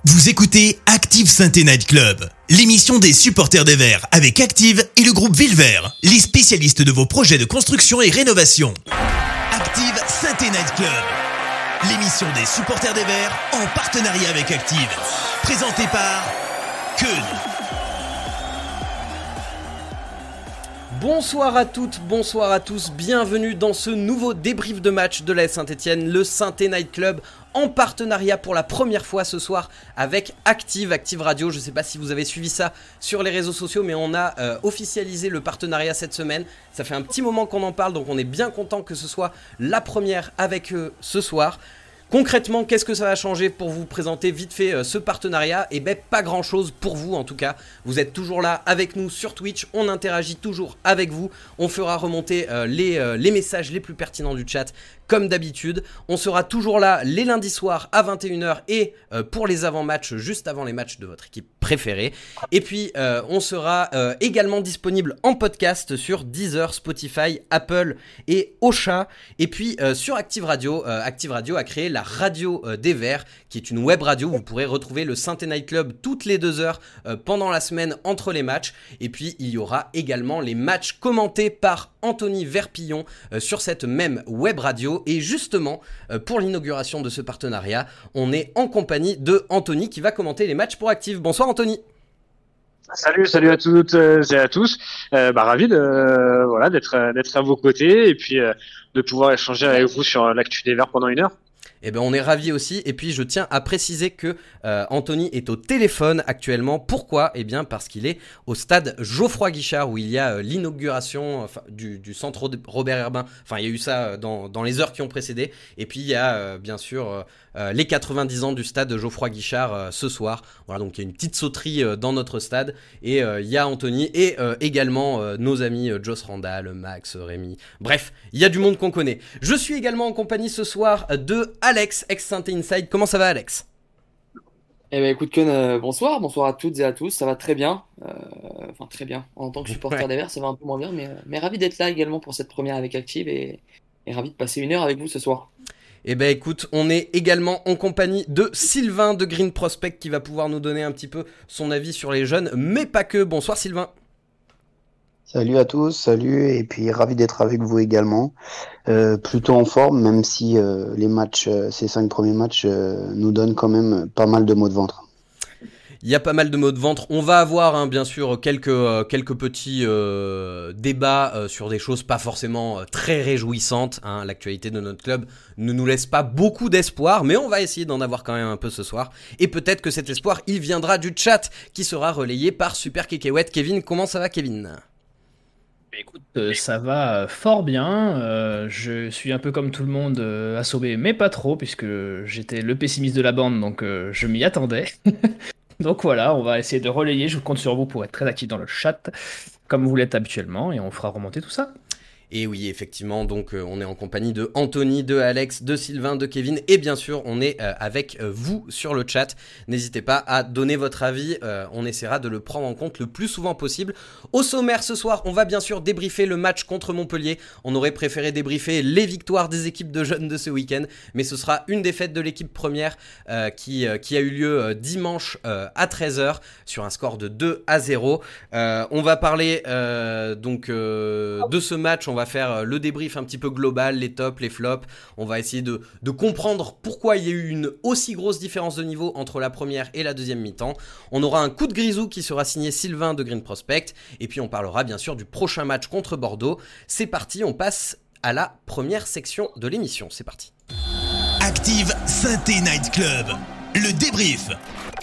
Vous écoutez Active Saint-Étienne Night Club, l'émission des supporters des Verts avec Active et le groupe Villevert, les spécialistes de vos projets de construction et rénovation. Active Saint-Étienne Night Club, l'émission des supporters des Verts en partenariat avec Active, présentée par Keun. Bonsoir à toutes, bonsoir à tous, bienvenue dans ce nouveau débrief de match de l'AS Saint-Étienne, le Saint-Étienne Night Club, en partenariat pour la première fois ce soir avec Active Radio. Je ne sais pas si vous avez suivi ça sur les réseaux sociaux, mais on a officialisé le partenariat cette semaine. Ça fait un petit moment qu'on en parle, donc on est bien content que ce soit la première avec eux ce soir. Concrètement, qu'est-ce que ça va changer pour vous présenter vite fait ce partenariat ? Eh bien, pas grand-chose pour vous en tout cas. Vous êtes toujours là avec nous sur Twitch, on interagit toujours avec vous. On fera remonter les messages les plus pertinents du chat comme d'habitude. On sera toujours là les lundis soirs à 21h et pour les avant-matchs, juste avant les matchs de votre équipe préférée. Et puis, on sera également disponible en podcast sur Deezer, Spotify, Apple et Ocha. Et puis, sur Active Radio a créé la radio des Verts, qui est une web radio. Vous pourrez retrouver le Saint-Étienne Night Club toutes les 2 heures pendant la semaine entre les matchs. Et puis, il y aura également les matchs commentés par Anthony Verpillon sur cette même web radio. Et justement, pour l'inauguration de ce partenariat, on est en compagnie de Anthony qui va commenter les matchs pour Active. Bonsoir Anthony. Salut à toutes et à tous. Ravi d'être à vos côtés et puis de pouvoir échanger avec vous sur l'actu des Verts pendant 1 heure. Eh bien, on est ravis aussi. Et puis, je tiens à préciser que Anthony est au téléphone actuellement. Pourquoi ? Eh bien, parce qu'il est au stade Geoffroy Guichard où il y a l'inauguration du centre Robert Herbin. Enfin, il y a eu ça dans les heures qui ont précédé. Et puis, il y a bien sûr les 90 ans du stade Geoffroy Guichard ce soir. Voilà, donc il y a une petite sauterie dans notre stade. Et il y a Anthony et également nos amis Joss Randall, Max, Rémi. Bref, il y a du monde qu'on connaît. Je suis également en compagnie ce soir de Alex, ex-Saint-Étienne Inside. Comment ça va, Alex ? Eh ben écoute Keun, bonsoir à toutes et à tous, ça va très bien, très bien, en tant que supporter des Verts ça va un peu moins bien, mais ravi d'être là également pour cette première avec Active et ravi de passer 1 heure avec vous ce soir. Eh ben écoute, on est également en compagnie de Sylvain de Green Prospect qui va pouvoir nous donner un petit peu son avis sur les jeunes, mais pas que. Bonsoir Sylvain. Salut à tous, salut, et puis ravi d'être avec vous également. Plutôt en forme, même si les matchs, ces 5 premiers matchs nous donnent quand même pas mal de maux de ventre. Il y a pas mal de maux de ventre. On va avoir bien sûr quelques petits débats sur des choses pas forcément très réjouissantes. L'actualité de notre club ne nous laisse pas beaucoup d'espoir, mais on va essayer d'en avoir quand même un peu ce soir. Et peut-être que cet espoir, il viendra du chat qui sera relayé par Super Kekewet. Kevin, comment ça va Kevin ? Écoute, ça va fort bien. Je suis un peu comme tout le monde assommé, mais pas trop, puisque j'étais le pessimiste de la bande, donc je m'y attendais. Donc voilà, on va essayer de relayer. Je compte sur vous pour être très actif dans le chat, comme vous l'êtes habituellement, et on fera remonter tout ça. Et oui, effectivement, donc on est en compagnie de Anthony, de Alex, de Sylvain, de Kevin et bien sûr on est avec vous sur le chat. N'hésitez pas à donner votre avis, on essaiera de le prendre en compte le plus souvent possible. Au sommaire ce soir, on va bien sûr débriefer le match contre Montpellier. On aurait préféré débriefer les victoires des équipes de jeunes de ce week-end, mais ce sera une défaite de l'équipe première qui a eu lieu dimanche à 13h sur un score de 2-0. On va parler de ce match, on va faire le débrief un petit peu global, les tops, les flops. On va essayer de comprendre pourquoi il y a eu une aussi grosse différence de niveau entre la première et la deuxième mi-temps. On aura un coup de grisou qui sera signé Sylvain de Green Prospect. Et puis on parlera bien sûr du prochain match contre Bordeaux. C'est parti, on passe à la première section de l'émission. C'est parti. Active Saint-Étienne Night Club, le débrief.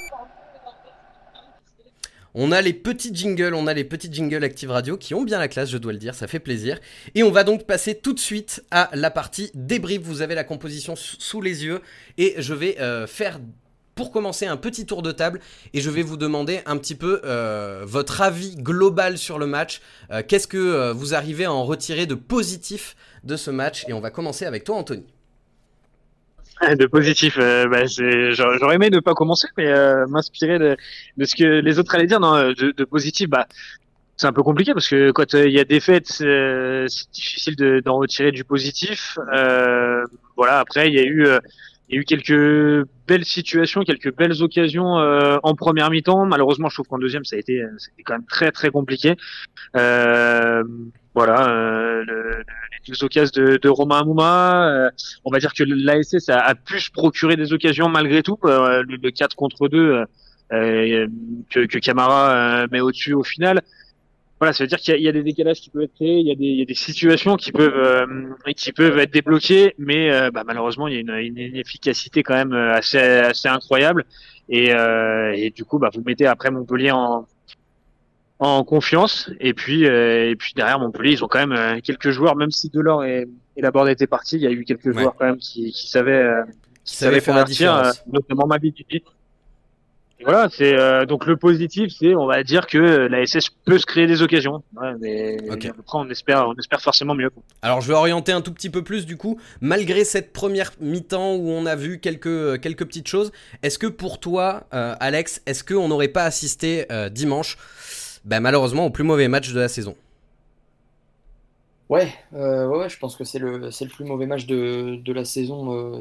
On a les petits jingles Active Radio qui ont bien la classe, je dois le dire, ça fait plaisir. Et on va donc passer tout de suite à la partie débrief. Vous avez la composition sous les yeux et je vais faire pour commencer un petit tour de table et je vais vous demander un petit peu votre avis global sur le match. Qu'est-ce que vous arrivez à en retirer de positif de ce match ? Et on va commencer avec toi Anthony. De positif, j'aurais aimé ne pas commencer, mais m'inspirer de ce que les autres allaient dire. Non, de positif, c'est un peu compliqué parce que quand il y a des fêtes, c'est difficile d'en retirer du positif. Voilà. Après, il y a eu Il y a eu quelques belles situations, quelques belles occasions en première mi-temps. Malheureusement, je trouve qu'en deuxième, c'était quand même très très compliqué. Euh, voilà, les deux occasions de Romain Amouma. On va dire que l'ASS a pu se procurer des occasions malgré tout. Le 4 contre 2 que Camara met au-dessus au final. Voilà, ça veut dire qu'il y a des décalages qui peuvent être créés, il y a des situations qui peuvent être débloquées, mais malheureusement il y a une inefficacité quand même assez incroyable et du coup vous mettez après Montpellier en confiance et puis derrière Montpellier ils ont quand même quelques joueurs, même si Delors et Laborde étaient partis, il y a eu quelques joueurs quand même qui savaient faire la convertir, différence. notamment Mabidi. Et voilà, c'est donc le positif, c'est on va dire que la SS peut se créer des occasions. Ouais, mais Ok. après on espère forcément mieux. Alors je vais orienter un tout petit peu plus du coup, malgré cette première mi-temps où on a vu quelques petites choses, est-ce que pour toi, Alex, est-ce qu'on n'aurait pas assisté dimanche, malheureusement, au plus mauvais match de la saison? Ouais, je pense que c'est le plus mauvais match de la saison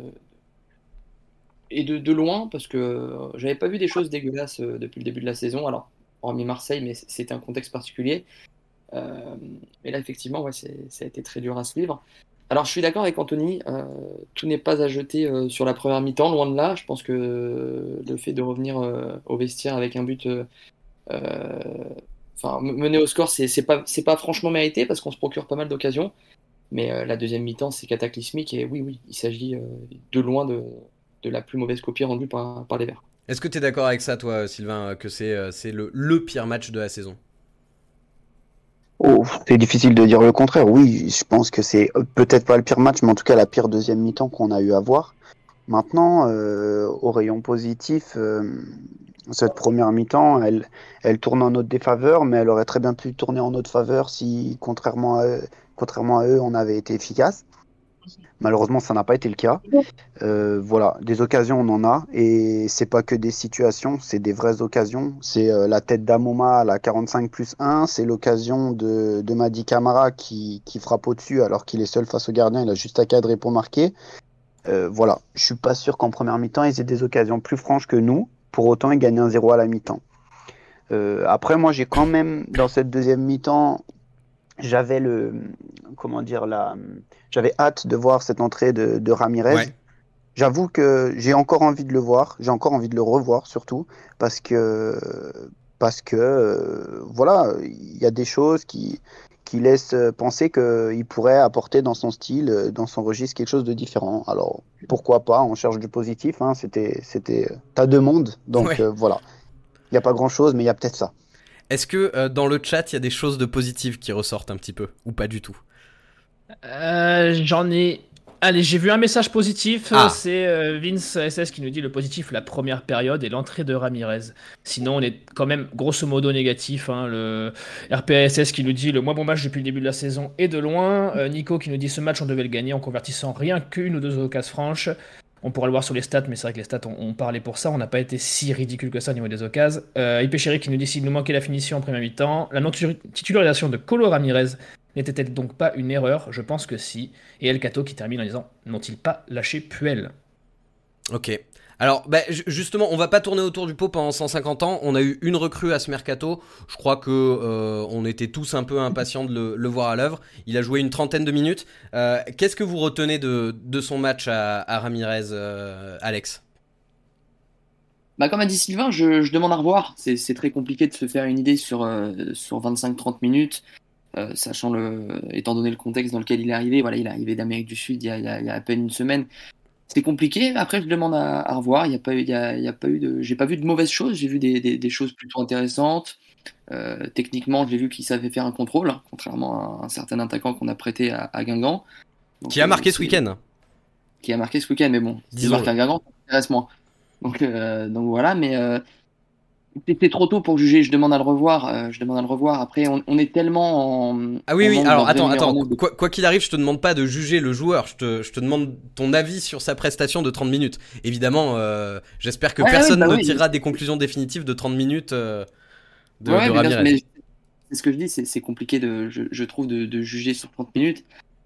et de loin, parce que j'avais pas vu des choses dégueulasses depuis le début de la saison, alors hormis Marseille, mais c'était un contexte particulier. Et là, effectivement, ouais, ça a été très dur à suivre. Alors, je suis d'accord avec Anthony, tout n'est pas à jeter sur la première mi-temps, loin de là. Je pense que le fait de revenir au vestiaire avec un but, mener au score, c'est pas franchement mérité parce qu'on se procure pas mal d'occasions. Mais la deuxième mi-temps, c'est cataclysmique et oui, il s'agit de loin de la plus mauvaise copie rendue par les Verts. Est-ce que tu es d'accord avec ça, toi, Sylvain, que c'est le pire match de la saison? Oh, c'est difficile de dire le contraire. Oui, je pense que c'est peut-être pas le pire match, mais en tout cas la pire deuxième mi-temps qu'on a eu à voir. Maintenant, au rayon positif, cette première mi-temps, elle tourne en notre défaveur, mais elle aurait très bien pu tourner en notre faveur si, contrairement à eux, on avait été efficace. Malheureusement, ça n'a pas été le cas. Voilà, des occasions, on en a, et c'est pas que des situations, c'est des vraies occasions. C'est la tête d'Amoma à la 45+1, c'est l'occasion de Madi Camara qui frappe au-dessus alors qu'il est seul face au gardien, il a juste à cadrer pour marquer. Voilà, je suis pas sûr qu'en première mi-temps, ils aient des occasions plus franches que nous. Pour autant, ils gagnent 1-0 à la mi-temps. Après, moi, j'ai quand même, dans cette deuxième mi-temps, j'avais j'avais hâte de voir cette entrée de Ramirez. Ouais. J'avoue que j'ai encore envie de le voir, j'ai encore envie de le revoir surtout, parce que voilà, il y a des choses qui laissent penser qu'il pourrait apporter dans son style, dans son registre, quelque chose de différent. Alors, pourquoi pas, on cherche du positif, hein, c'était ta demande, donc Ouais. voilà. Il n'y a pas grand-chose, mais il y a peut-être ça. Est-ce que dans le chat, il y a des choses de positives qui ressortent un petit peu, ou pas du tout? J'en ai. Allez, j'ai vu un message positif, Ah. c'est Vince SS qui nous dit le positif, la première période et l'entrée de Ramirez. Sinon, on est quand même grosso modo négatif. Hein, le RPSS qui nous dit le moins bon match depuis le début de la saison et de loin. Nico qui nous dit ce match on devait le gagner en convertissant rien qu'une ou deux occasions franches. On pourra le voir sur les stats, mais c'est vrai que les stats ont parlé pour ça. On n'a pas été si ridicule que ça au niveau des occasions. IP Chéri qui nous dit s'il nous manquait la finition en première mi-temps. La non-titularisation de Colo Ramirez n'était-elle donc pas une erreur? Je pense que si. Et El Cato qui termine en disant n'ont-ils pas lâché Puel? Ok. Alors, justement, on va pas tourner autour du pot pendant 150 ans. On a eu une recrue à ce mercato. Je crois que on était tous un peu impatients de le voir à l'œuvre. Il a joué une trentaine de minutes. Qu'est-ce que vous retenez de son match à Ramirez, Alex? Comme a dit Sylvain, je demande à revoir. C'est très compliqué de se faire une idée sur 25-30 minutes. Étant donné le contexte dans lequel il est arrivé, voilà, il est arrivé d'Amérique du Sud il y a à peine une semaine. C'est compliqué. Après, je demande à revoir. J'ai pas vu de mauvaises choses. J'ai vu des choses plutôt intéressantes. Techniquement, j'ai vu qu'il savait faire un contrôle, contrairement à un certain attaquant qu'on a prêté à Guingamp. Donc, Qui a marqué ce week-end. Qui a marqué ce week-end, mais bon, s'il marque à Guingamp, ça m'intéresse moins. Donc voilà, mais c'était trop tôt pour juger. Je demande à le revoir. Après, on est tellement en. Ah oui. Alors attends. De... Quoi qu'il arrive, je te demande pas de juger le joueur. Je te demande ton avis sur sa prestation de 30 minutes. Évidemment, j'espère que personne ne tirera des conclusions définitives de 30 minutes de Ramirez. Mais c'est ce que je dis. C'est compliqué je trouve de juger sur 30 minutes.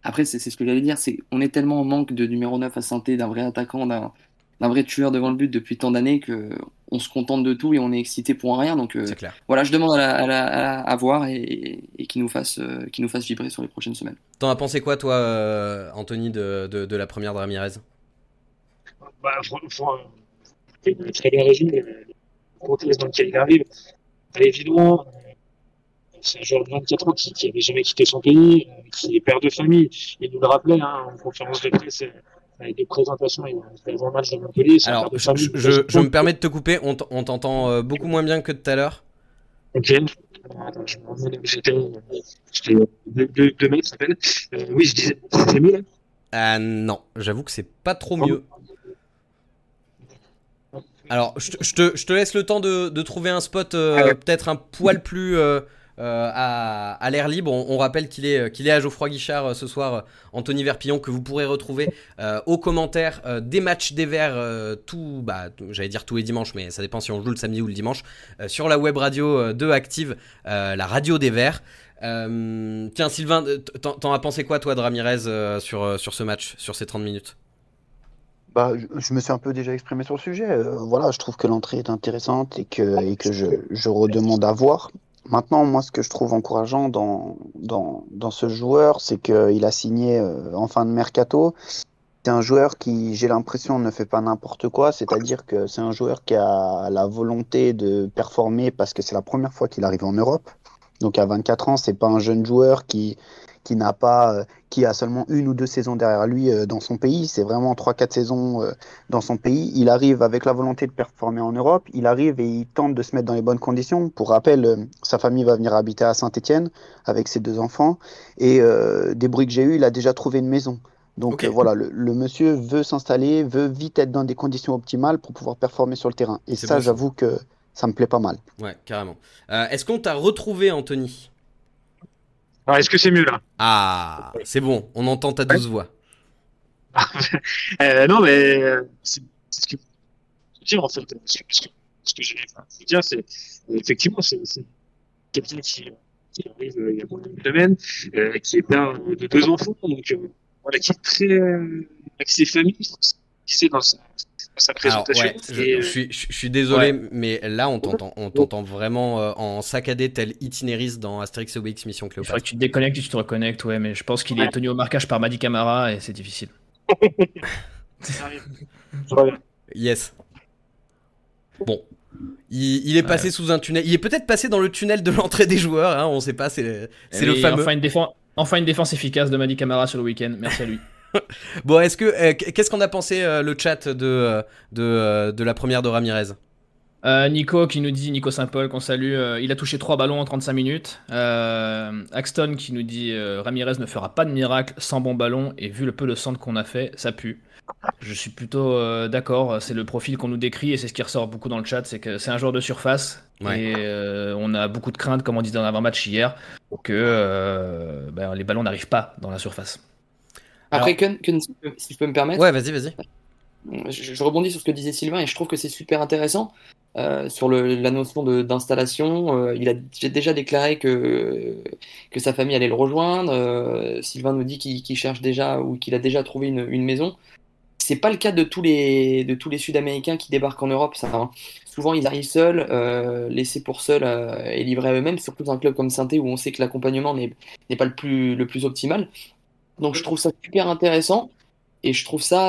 Après, c'est ce que j'allais dire, on est tellement en manque de numéro 9 à Saint-Étienne, d'un vrai attaquant, d'un vrai tueur devant le but depuis tant d'années que on se contente de tout et on est excité pour un rien. Donc C'est clair. voilà, je demande à voir et qu'il nous fasse vibrer sur les prochaines semaines. T'en as pensé quoi, toi, Anthony, de la première de Ramirez? Très bien résumé. Le contexte dans lequel il arrive, c'est évident. C'est un joueur de 24 ans qui n'avait jamais quitté son pays, qui est père de famille. Il nous le rappelait en conférence de presse, avec des présentations avant le match de Montpellier. C'est un Alors, père de famille. je me permets de te couper, on t'entend beaucoup moins bien que tout à l'heure. Ok. Attends, je me remets où j'étais 2 mètres, ça s'appelle. Oui, je disais, c'est mieux là. Ah non, j'avoue que c'est pas trop mieux. Alors, je te laisse le temps de trouver un spot peut-être un poil plus à l'air libre. On rappelle qu'il est à Geoffroy Guichard ce soir, Anthony Verpillon, que vous pourrez retrouver aux commentaires des matchs des Verts, j'allais dire tous les dimanches, mais ça dépend si on joue le samedi ou le dimanche, sur la web radio de Active, la radio des Verts. Tiens, Sylvain, t'en as pensé quoi, toi, de Ramirez sur ce match, sur ces 30 minutes? Je me suis un peu déjà exprimé sur le sujet. Voilà, je trouve que l'entrée est intéressante et que je redemande à voir. Maintenant, moi, ce que je trouve encourageant dans ce joueur, c'est qu'il a signé en fin de mercato. C'est un joueur qui, j'ai l'impression, ne fait pas n'importe quoi. C'est-à-dire que c'est un joueur qui a la volonté de performer parce que c'est la première fois qu'il arrive en Europe. Donc à 24 ans, c'est pas un jeune joueur qui a seulement 1 ou 2 saisons derrière lui dans son pays. C'est vraiment 3-4 saisons dans son pays. Il arrive avec la volonté de performer en Europe. Il arrive et il tente de se mettre dans les bonnes conditions. Pour rappel, sa famille va venir habiter à Saint-Étienne avec ses 2 enfants. Et des bruits que j'ai eus, il a déjà trouvé une maison. Donc Okay. voilà, le monsieur veut s'installer, veut vite être dans des conditions optimales pour pouvoir performer sur le terrain. Et C'est ça, beau, ça. j'avoue que ça me plaît pas mal. Ouais, carrément. Est-ce qu'on t'a retrouvé, Anthony? Alors, est-ce que c'est mieux là? Ah, c'est bon, on entend ta douce voix. Non, mais c'est ce que je veux dire en fait. Ce que j'ai veux dire, c'est effectivement, c'est quelqu'un qui arrive il y a moins d'une semaine, qui est père de 2 enfants, donc voilà, qui est très axé famille, qui sait dans sa Alors, présentation. ouais, je suis désolé, mais là, on t'entend vraiment en saccadé tel Itinéris dans Astérix et Obélix Mission Il faudrait Cléopâtre. que tu te déconnectes et tu te reconnectes, ouais, mais je pense qu'il est tenu au marquage par Madi Camara et c'est difficile. Yes. Bon. Il est passé sous un tunnel. Il est peut-être passé dans le tunnel de l'entrée des joueurs, hein, on sait pas, c'est le fameux. Enfin une défense efficace de Madi Camara sur le week-end, merci à lui. Bon, qu'est-ce qu'on a pensé le chat de la première de Ramirez? Nico Saint-Paul qu'on salue, il a touché 3 ballons en 35 minutes. Axton qui nous dit Ramirez ne fera pas de miracle sans bon ballon et vu le peu de centre qu'on a fait, ça pue. Je suis plutôt d'accord, c'est le profil qu'on nous décrit et c'est ce qui ressort beaucoup dans le chat, c'est que c'est un joueur de surface. Ouais. Et on a beaucoup de craintes, comme on disait dans l'avant-match hier, que les ballons n'arrivent pas dans la surface. Après, si je peux me permettre, Ouais, vas-y. je rebondis sur ce que disait Sylvain et je trouve que c'est super intéressant sur la notion d'installation. Il a déjà déclaré que sa famille allait le rejoindre. Sylvain nous dit qu'il cherche déjà ou qu'il a déjà trouvé une maison. C'est pas le cas de tous les Sud-Américains qui débarquent en Europe, ça, hein. Souvent, ils arrivent seuls, laissés pour seuls et livrés à eux-mêmes, surtout dans un club comme Saint-Étienne où on sait que l'accompagnement n'est pas le plus optimal. Donc, je trouve ça super intéressant et je trouve ça,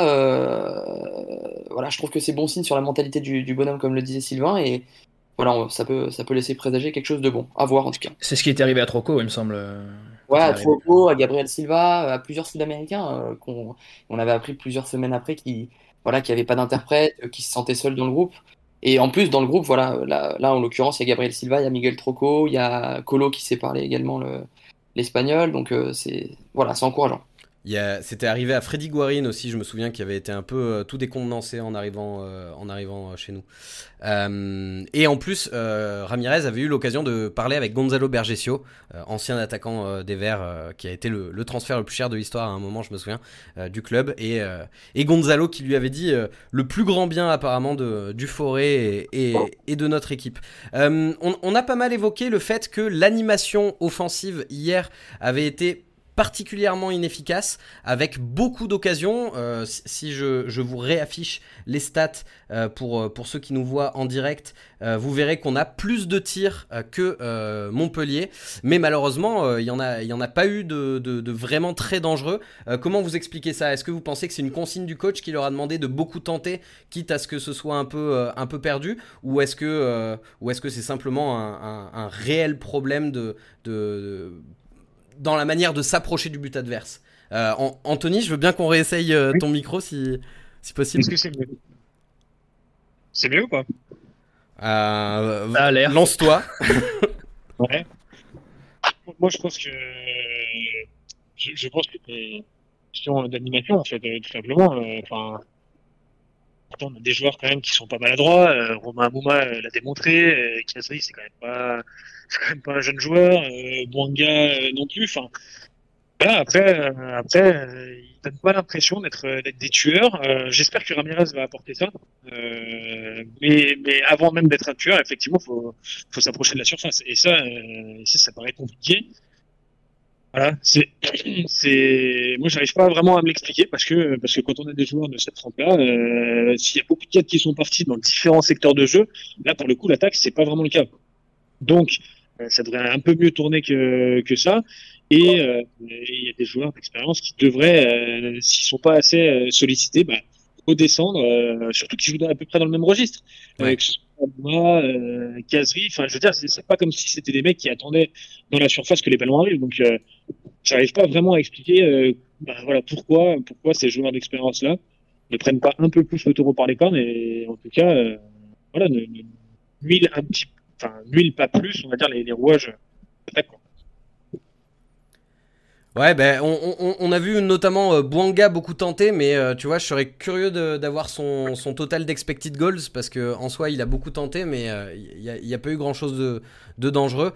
je trouve que c'est bon signe sur la mentalité du bonhomme, comme le disait Sylvain, et voilà, ça peut laisser présager quelque chose de bon, à voir en tout cas. C'est ce qui est arrivé à Troco, il me semble. Ouais, à Troco, à Gabriel Silva, à plusieurs Sud-Américains qu'on avait appris plusieurs semaines après qui n'avaient pas d'interprète, qui se sentaient seuls dans le groupe. Et en plus, dans le groupe, voilà, là en l'occurrence, il y a Gabriel Silva, il y a Miguel Troco, il y a Colo qui sait parler également l'espagnol. Donc c'est encourageant. C'était arrivé à Freddy Guarin aussi, je me souviens, qui avait été un peu tout décontenancé en arrivant chez nous. Et en plus, Ramirez avait eu l'occasion de parler avec Gonzalo Bergesio, ancien attaquant des Verts, qui a été le transfert le plus cher de l'histoire à un moment, je me souviens, du club. Et Gonzalo qui lui avait dit le plus grand bien apparemment du Forêt et de notre équipe. On a pas mal évoqué le fait que l'animation offensive hier avait été particulièrement inefficace, avec beaucoup d'occasions. Si je vous réaffiche les stats pour ceux qui nous voient en direct, vous verrez qu'on a plus de tirs que Montpellier, mais malheureusement il y en a pas eu de vraiment très dangereux. Comment vous expliquez ça? Est-ce que vous pensez que c'est une consigne du coach qui leur a demandé de beaucoup tenter, quitte à ce que ce soit un peu perdu, ou est-ce que c'est simplement un réel problème dans la manière de s'approcher du but adverse? Anthony, je veux bien qu'on réessaye ton micro si possible. Est-ce que c'est mieux? C'est mieux ou pas? Ça a l'air. Lance-toi. Ouais. Moi, je pense que c'est une question d'animation en fait, tout simplement. Enfin, pourtant, on a des joueurs quand même qui sont pas maladroits. Romain Amouma l'a démontré. Kazri, c'est quand même pas un jeune joueur. Bouanga non plus. Enfin, voilà, après, ils donnent pas l'impression d'être des tueurs. J'espère que Ramirez va apporter ça. Mais avant même d'être un tueur, effectivement, faut s'approcher de la surface. Et ça paraît compliqué. Voilà, moi j'arrive pas vraiment à me l'expliquer parce que quand on a des joueurs de cette trempe-là, s'il y a beaucoup de cadres qui sont partis dans différents secteurs de jeu, là pour le coup l'attaque c'est pas vraiment le cas. Donc ça devrait un peu mieux tourner que ça. Et il y a des joueurs d'expérience qui devraient, s'ils sont pas assez sollicités, redescendre, surtout qui jouent à peu près dans le même registre. Ouais. Que ce soit moi, Kazri, enfin je veux dire, c'est pas comme si c'était des mecs qui attendaient dans la surface que les ballons arrivent. Donc j'arrive pas vraiment à expliquer voilà pourquoi ces joueurs d'expérience là ne prennent pas un peu plus le taureau par les cornes et en tout cas voilà ne nuisent pas plus on va dire les rouages d'attaque. Ouais, ben on a vu notamment Bouanga beaucoup tenter, mais tu vois, je serais curieux d'avoir son total d'expected goals parce que en soi, il a beaucoup tenté, mais il y a pas eu grand chose de dangereux.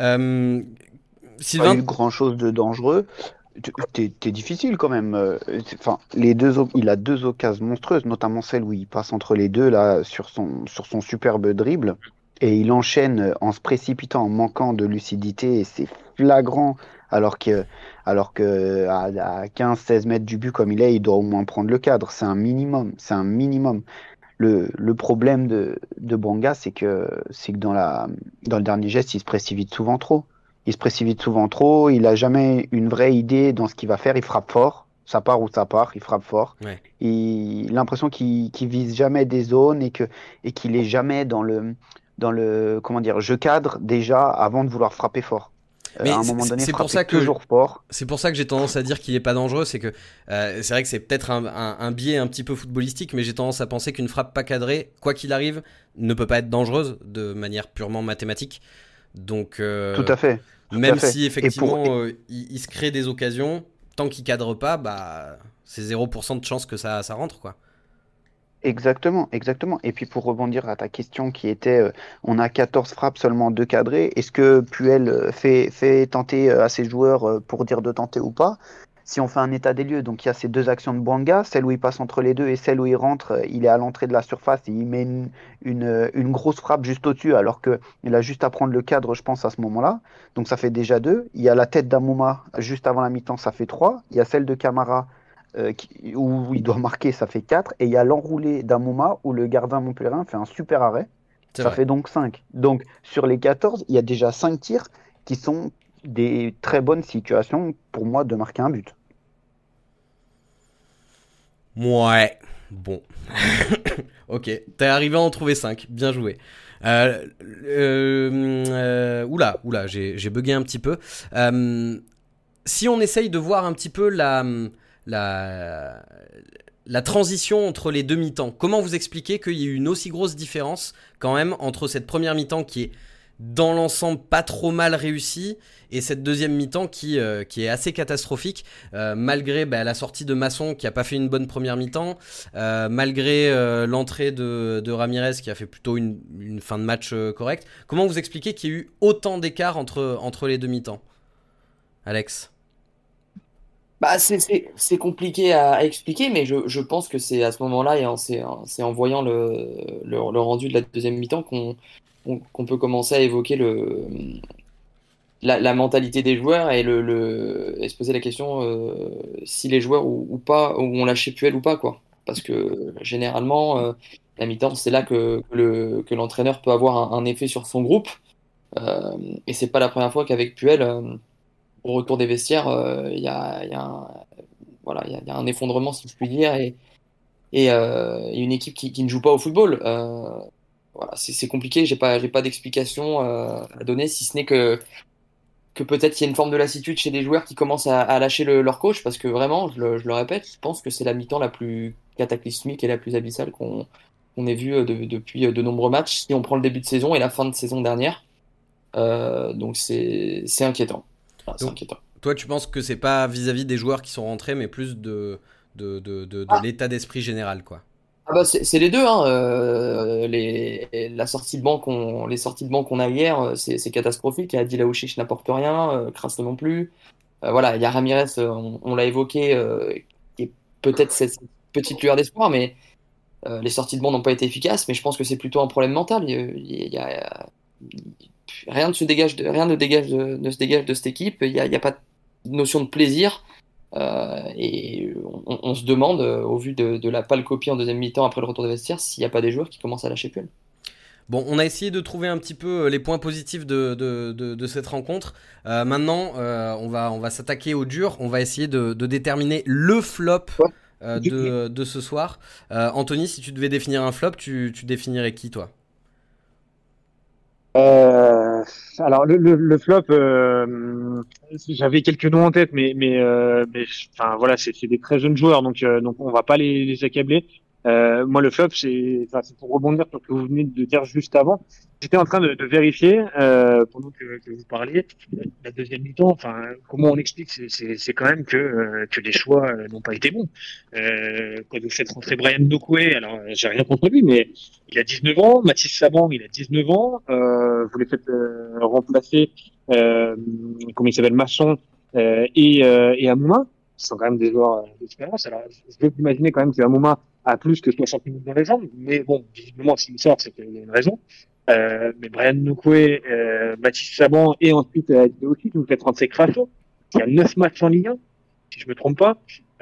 Sylvain, Pas eu grand chose de dangereux. T'es difficile quand même. Enfin, il a deux occasions monstrueuses, notamment celle où il passe entre les deux là sur son superbe dribble et il enchaîne en se précipitant, en manquant de lucidité et c'est flagrant alors que à 15-16 mètres du but comme il doit au moins prendre le cadre. C'est un minimum, c'est un minimum. Le problème de Bouanga, c'est que dans le dernier geste, il se précipite souvent trop. Il se précipite souvent trop, il a jamais une vraie idée dans ce qu'il va faire, il frappe fort, ça part où ça part, il frappe fort. ouais. L'impression qu'il vise jamais des zones et qu'il est jamais dans le comment dire, jeu cadre déjà avant de vouloir frapper fort. Mais À un moment donné, c'est pour frapper ça que toujours fort. c'est pour ça que j'ai tendance à dire qu'il est pas dangereux, c'est que c'est vrai que c'est peut-être un biais un petit peu footballistique, mais j'ai tendance à penser qu'une frappe pas cadrée, quoi qu'il arrive, ne peut pas être dangereuse de manière purement mathématique. Donc Tout à fait. Tout même à fait. si Et effectivement il se crée des occasions, tant qu'il cadre pas, c'est 0% de chance que ça rentre quoi. Exactement, exactement. Et puis pour rebondir à ta question qui était, on a 14 frappes, seulement 2 cadrées. Est-ce que Puel fait tenter à ses joueurs pour dire de tenter ou pas? Si on fait un état des lieux, donc il y a ces deux actions de Bouanga, celle où il passe entre les deux et celle où il rentre, il est à l'entrée de la surface et il met une grosse frappe juste au-dessus, alors qu'il a juste à prendre le cadre, je pense, à ce moment-là. Donc ça fait déjà 2. Il y a la tête d'Amouma juste avant la mi-temps, ça fait 3. Il y a celle de Camara où il doit marquer, ça fait 4. Et il y a l'enroulé d'Amouma où le gardien montpellierin fait un super arrêt. C'est Ça vrai. fait donc 5. Donc sur les 14, il y a déjà 5 tirs qui sont des très bonnes situations pour moi de marquer un but. Ouais, bon. Ok, t'es arrivé à en trouver 5, bien joué. Oula, j'ai bugué un petit peu. Si on essaye de voir un petit peu la transition entre les deux mi-temps, comment vous expliquez qu'il y ait eu une aussi grosse différence quand même entre cette première mi-temps qui est dans l'ensemble pas trop mal réussie et cette deuxième mi-temps qui est assez catastrophique malgré la sortie de Masson qui a pas fait une bonne première mi-temps, malgré l'entrée de Ramirez qui a fait plutôt une fin de match correcte. Comment vous expliquez qu'il y a eu autant d'écart entre les deux mi-temps, Alex? C'est compliqué à expliquer, mais je pense que c'est à ce moment-là et c'est en voyant le rendu de la deuxième mi-temps qu'on peut commencer à évoquer la mentalité des joueurs et et se poser la question si les joueurs ou pas ou ont lâché Puel ou pas quoi. Parce que généralement la mi-temps c'est là que l'entraîneur peut avoir un effet sur son groupe et c'est pas la première fois qu'avec Puel au retour des vestiaires il y a voilà il y a un effondrement si je puis dire et une équipe qui ne joue pas au football. Voilà, c'est compliqué, j'ai pas d'explication à donner si ce n'est que peut-être il y a une forme de lassitude chez des joueurs qui commencent à lâcher leur coach parce que vraiment, je le répète, je pense que c'est la mi-temps la plus cataclysmique et la plus abyssale qu'on ait vue depuis de nombreux matchs si on prend le début de saison et la fin de saison dernière. Donc c'est inquiétant. Voilà, c'est Donc, inquiétant. toi, tu penses que c'est pas vis-à-vis des joueurs qui sont rentrés, mais plus de l'état d'esprit général, quoi. Ah bah c'est les deux, hein. La sortie de banc les sorties de banc qu'on a hier, c'est catastrophique. Adil Aouchiche n'apporte rien, Crasso non plus. Voilà, il y a Ramirez, on l'a évoqué, qui est peut-être cette petite lueur d'espoir, mais les sorties de banc n'ont pas été efficaces. Mais je pense que c'est plutôt un problème mental. Rien rien ne se dégage de cette équipe. Il y a pas de notion de plaisir. Et on se demande, au vu de la pâle copie en deuxième mi-temps après le retour des vestiaires, s'il n'y a pas des joueurs qui commencent à lâcher Puel. Bon, on a essayé de trouver un petit peu les points positifs de cette rencontre. Maintenant, on va s'attaquer au dur. On va essayer de déterminer le flop de ce soir. Anthony, si tu devais définir un flop, tu définirais qui, toi? Alors le flop, j'avais quelques noms en tête, enfin voilà, c'est des très jeunes joueurs, donc on va pas les accabler. Moi le flop, c'est pour rebondir sur ce que vous venez de dire juste avant. J'étais en train de vérifier pendant que vous parliez la deuxième mi-temps. Enfin, comment on explique, c'est quand même que les choix n'ont pas été bons. Quand vous faites rentrer Brian Dokwe, alors j'ai rien contre lui, mais il a 19 ans, Mathis Sabang, il a 19 ans. Vous les faites remplacer, comment il s'appelle, Masson et Amouma, qui sont quand même des joueurs d'expérience. Alors, je peux imaginer quand même qu'Amouma a plus que 60 minutes dans les jambes, mais bon, visiblement, s'il sort, c'est qu'il y a une raison. Mais Brian Nukwe, Mathis Saban et ensuite aussi, vous faites rentrer Crasso, qui a 9 matchs en Ligue 1, si je me trompe pas.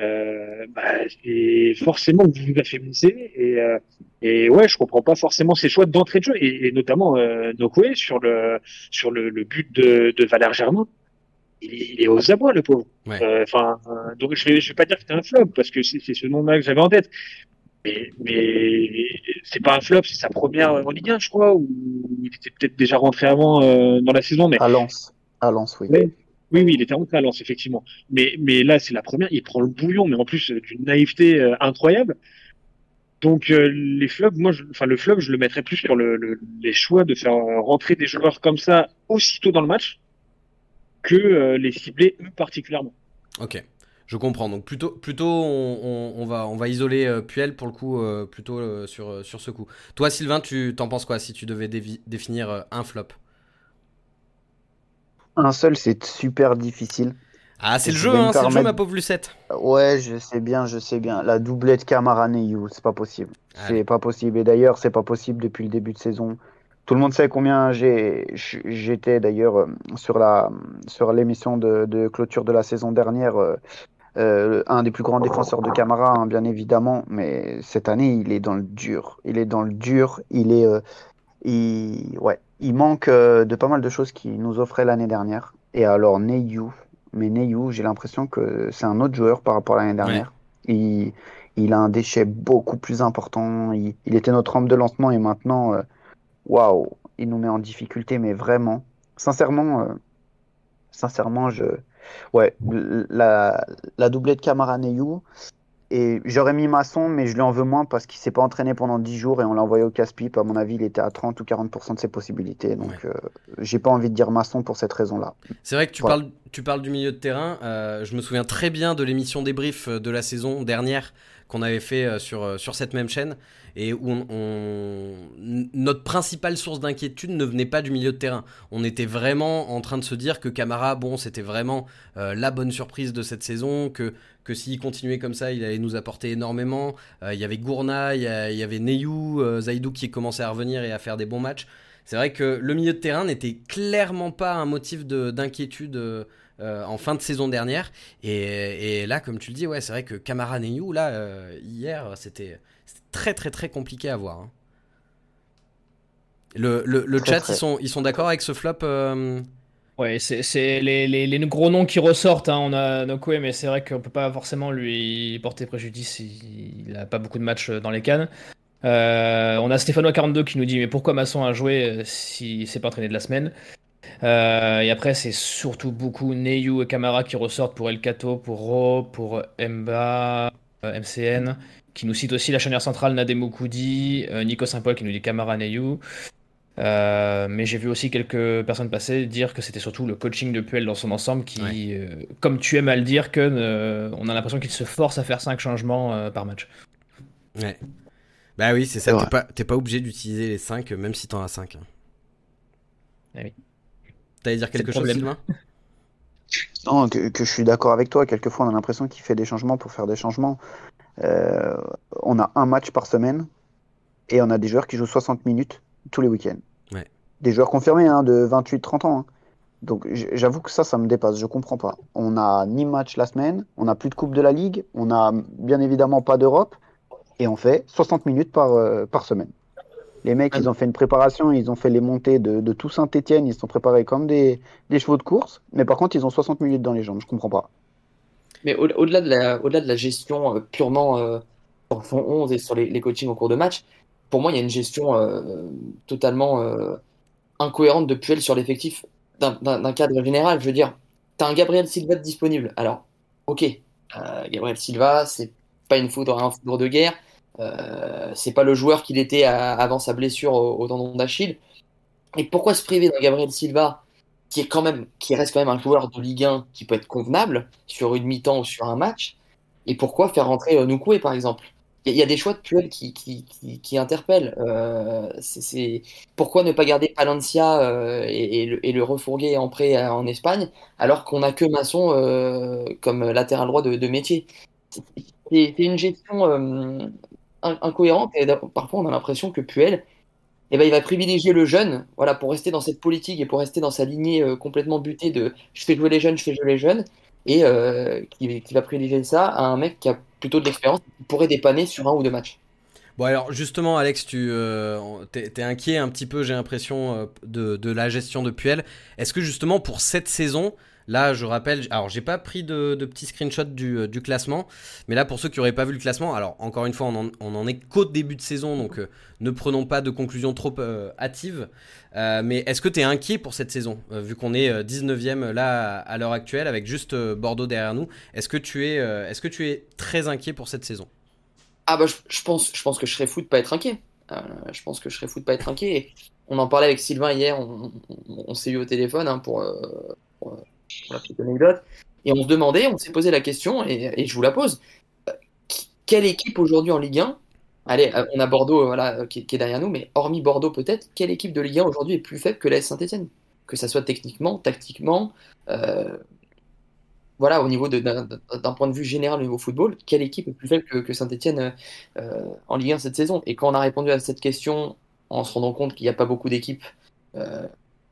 C'est forcément que vous vous affaiblissez et ouais, je comprends pas forcément ces choix d'entrée de jeu et notamment Nokwe sur le but de Valère Germain. Il est aux abois, le pauvre. Ouais. Donc je vais pas dire que c'était un flop parce que c'est ce nom-là que j'avais en tête. Mais c'est pas un flop, c'est sa première en Ligue 1, je crois, ou il était peut-être déjà rentré avant dans la saison. Mais À Lens, oui. oui, il était rentré à Lens, effectivement. Mais là, c'est la première. Il prend le bouillon, mais en plus d'une naïveté incroyable. Donc les flops, le flop, je le mettrais plus sur les choix de faire rentrer des joueurs comme ça aussitôt dans le match que les cibler eux particulièrement. Ok, je comprends. Donc plutôt on va isoler Puel pour le coup, plutôt sur ce coup. Toi, Sylvain, tu t'en penses quoi si tu devais définir un flop? Un seul, c'est super difficile. Ah, c'est le Je jeu, vais me hein, c'est le jeu, permettre- ma pauvre Lucette. Ouais, je sais bien. La doublette Camara-Neyou, c'est pas possible. Allez. C'est pas possible. Et d'ailleurs, c'est pas possible depuis le début de saison. Tout le monde sait combien j'étais d'ailleurs sur l'émission de clôture de la saison dernière, un des plus grands défenseurs de Camara, hein, bien évidemment. Mais cette année, il est dans le dur. Il est dans le dur. Ouais, il manque de pas mal de choses qu'il nous offrait l'année dernière. Et alors, Neyou, j'ai l'impression que c'est un autre joueur par rapport à l'année dernière. Il a un déchet beaucoup plus important. Il était notre homme de lancement et maintenant, waouh, il nous met en difficulté, mais vraiment. Sincèrement, ouais, la doublette Camara-Neyou. Et j'aurais mis Masson, mais je lui en veux moins parce qu'il s'est pas entraîné pendant 10 jours et on l'a envoyé au casse-pipe. À mon avis, il était à 30 ou 40% de ses possibilités. Donc, j'ai pas envie de dire Masson pour cette raison-là. C'est vrai que tu parles du milieu de terrain. Je me souviens très bien de l'émission débrief de la saison dernière qu'on avait fait sur cette même chaîne et où notre principale source d'inquiétude ne venait pas du milieu de terrain. On était vraiment en train de se dire que Camara, c'était vraiment la bonne surprise de cette saison, que s'il continuait comme ça, il allait nous apporter énormément. Il y avait Gourna, il y avait Neyou, Zaidou qui commençait à revenir et à faire des bons matchs. C'est vrai que le milieu de terrain n'était clairement pas un motif d'inquiétude en fin de saison dernière. Et là, comme tu le dis, ouais, c'est vrai que Camara Neyou, là, hier, c'était très très très compliqué à voir. Hein. Le Très, chat, très. ils sont d'accord avec ce flop Ouais, c'est les gros noms qui ressortent. Hein. On a Nokwe, mais c'est vrai qu'on peut pas forcément lui porter préjudice. Il a pas beaucoup de matchs dans les cannes. On a Stéphanois42 qui nous dit mais pourquoi Masson a joué si c'est pas entraîné de la semaine. Et après c'est surtout beaucoup Neyou et Camara qui ressortent pour El Cato, pour Ro, pour Mba, MCN, qui nous cite aussi la charnière centrale Nadem Oukoudi, Nico Saint-Paul qui nous dit Camara Neyou. Mais j'ai vu aussi quelques personnes passer dire que c'était surtout le coaching de Puel dans son ensemble qui, comme tu aimes à le dire, on a l'impression qu'il se force à faire 5 changements par match. Ouais. Bah oui, c'est ça, C'est vrai. t'es pas obligé d'utiliser les 5, même si t'en as 5. Hein. Eh oui. T'allais dire C'est le quelque chose, problème. Sylvain ? Non, que je suis d'accord avec toi. Quelquefois, on a l'impression qu'il fait des changements pour faire des changements. Euh, on a un match par semaine et on a des joueurs qui jouent 60 minutes tous les week-ends. Ouais. Des joueurs confirmés hein, de 28-30 ans. Hein. Donc j'avoue que ça me dépasse. Je comprends pas. On n'a ni match la semaine, on n'a plus de Coupe de la Ligue, on n'a bien évidemment pas d'Europe et on fait 60 minutes par semaine. Les mecs, ils ont fait une préparation, ils ont fait les montées de tout Saint-Étienne, ils se sont préparés comme des chevaux de course, mais par contre, ils ont 60 minutes dans les jambes. Je comprends pas. Mais au-delà de la gestion purement sur le fond 11 et sur les coachings en cours de match, pour moi, il y a une gestion totalement incohérente de Puel sur l'effectif d'un cadre général. Je veux dire, tu as un Gabriel Silva disponible. Alors, ok, Gabriel Silva, c'est pas un foudre de guerre. C'est pas le joueur qu'il était avant sa blessure au tendon d'Achille. Et pourquoi se priver d'un Gabriel Silva qui reste quand même un joueur de Ligue 1 qui peut être convenable sur une mi-temps ou sur un match? Et pourquoi faire rentrer Nkoudou par exemple? Il y a des choix de Puel qui interpellent. Pourquoi ne pas garder Palencia et le refourguer en prêt en Espagne alors qu'on a que Masson comme latéral droit de métier? C'est une gestion incohérente et parfois on a l'impression que Puel il va privilégier le jeune, voilà, pour rester dans cette politique et pour rester dans sa lignée complètement butée de je fais jouer les jeunes, je fais jouer les jeunes, et qui va privilégier ça à un mec qui a plutôt de l'expérience, qui pourrait dépanner sur un ou deux matchs. Bon alors justement Alex, t'es inquiet un petit peu, j'ai l'impression, de la gestion de Puel. Est-ce que justement pour cette saison, là je rappelle, alors j'ai pas pris de petits screenshots du classement, mais là pour ceux qui n'auraient pas vu le classement, alors encore une fois on en est qu'au début de saison, donc ne prenons pas de conclusions trop hâtives, mais est-ce que t'es inquiet pour cette saison, vu qu'on est 19ème là à l'heure actuelle avec juste Bordeaux derrière nous, est-ce que tu es très inquiet pour cette saison ? Ah bah je pense que je serais fou de pas être inquiet. Je pense que je serais fou de pas être inquiet. Et on en parlait avec Sylvain hier, on s'est eu au téléphone hein, pour la petite anecdote. Et on s'est posé la question, et je vous la pose. Quelle équipe aujourd'hui en Ligue 1, allez, on a Bordeaux voilà, qui est derrière nous, mais hormis Bordeaux peut-être, quelle équipe de Ligue 1 aujourd'hui est plus faible que l'AS Saint-Etienne? Que ça soit techniquement, tactiquement, voilà, au niveau d'un point de vue général au niveau football, quelle équipe est plus faible que Saint-Etienne en Ligue 1 cette saison? Et quand on a répondu à cette question en se rendant compte qu'il n'y a pas beaucoup d'équipes euh,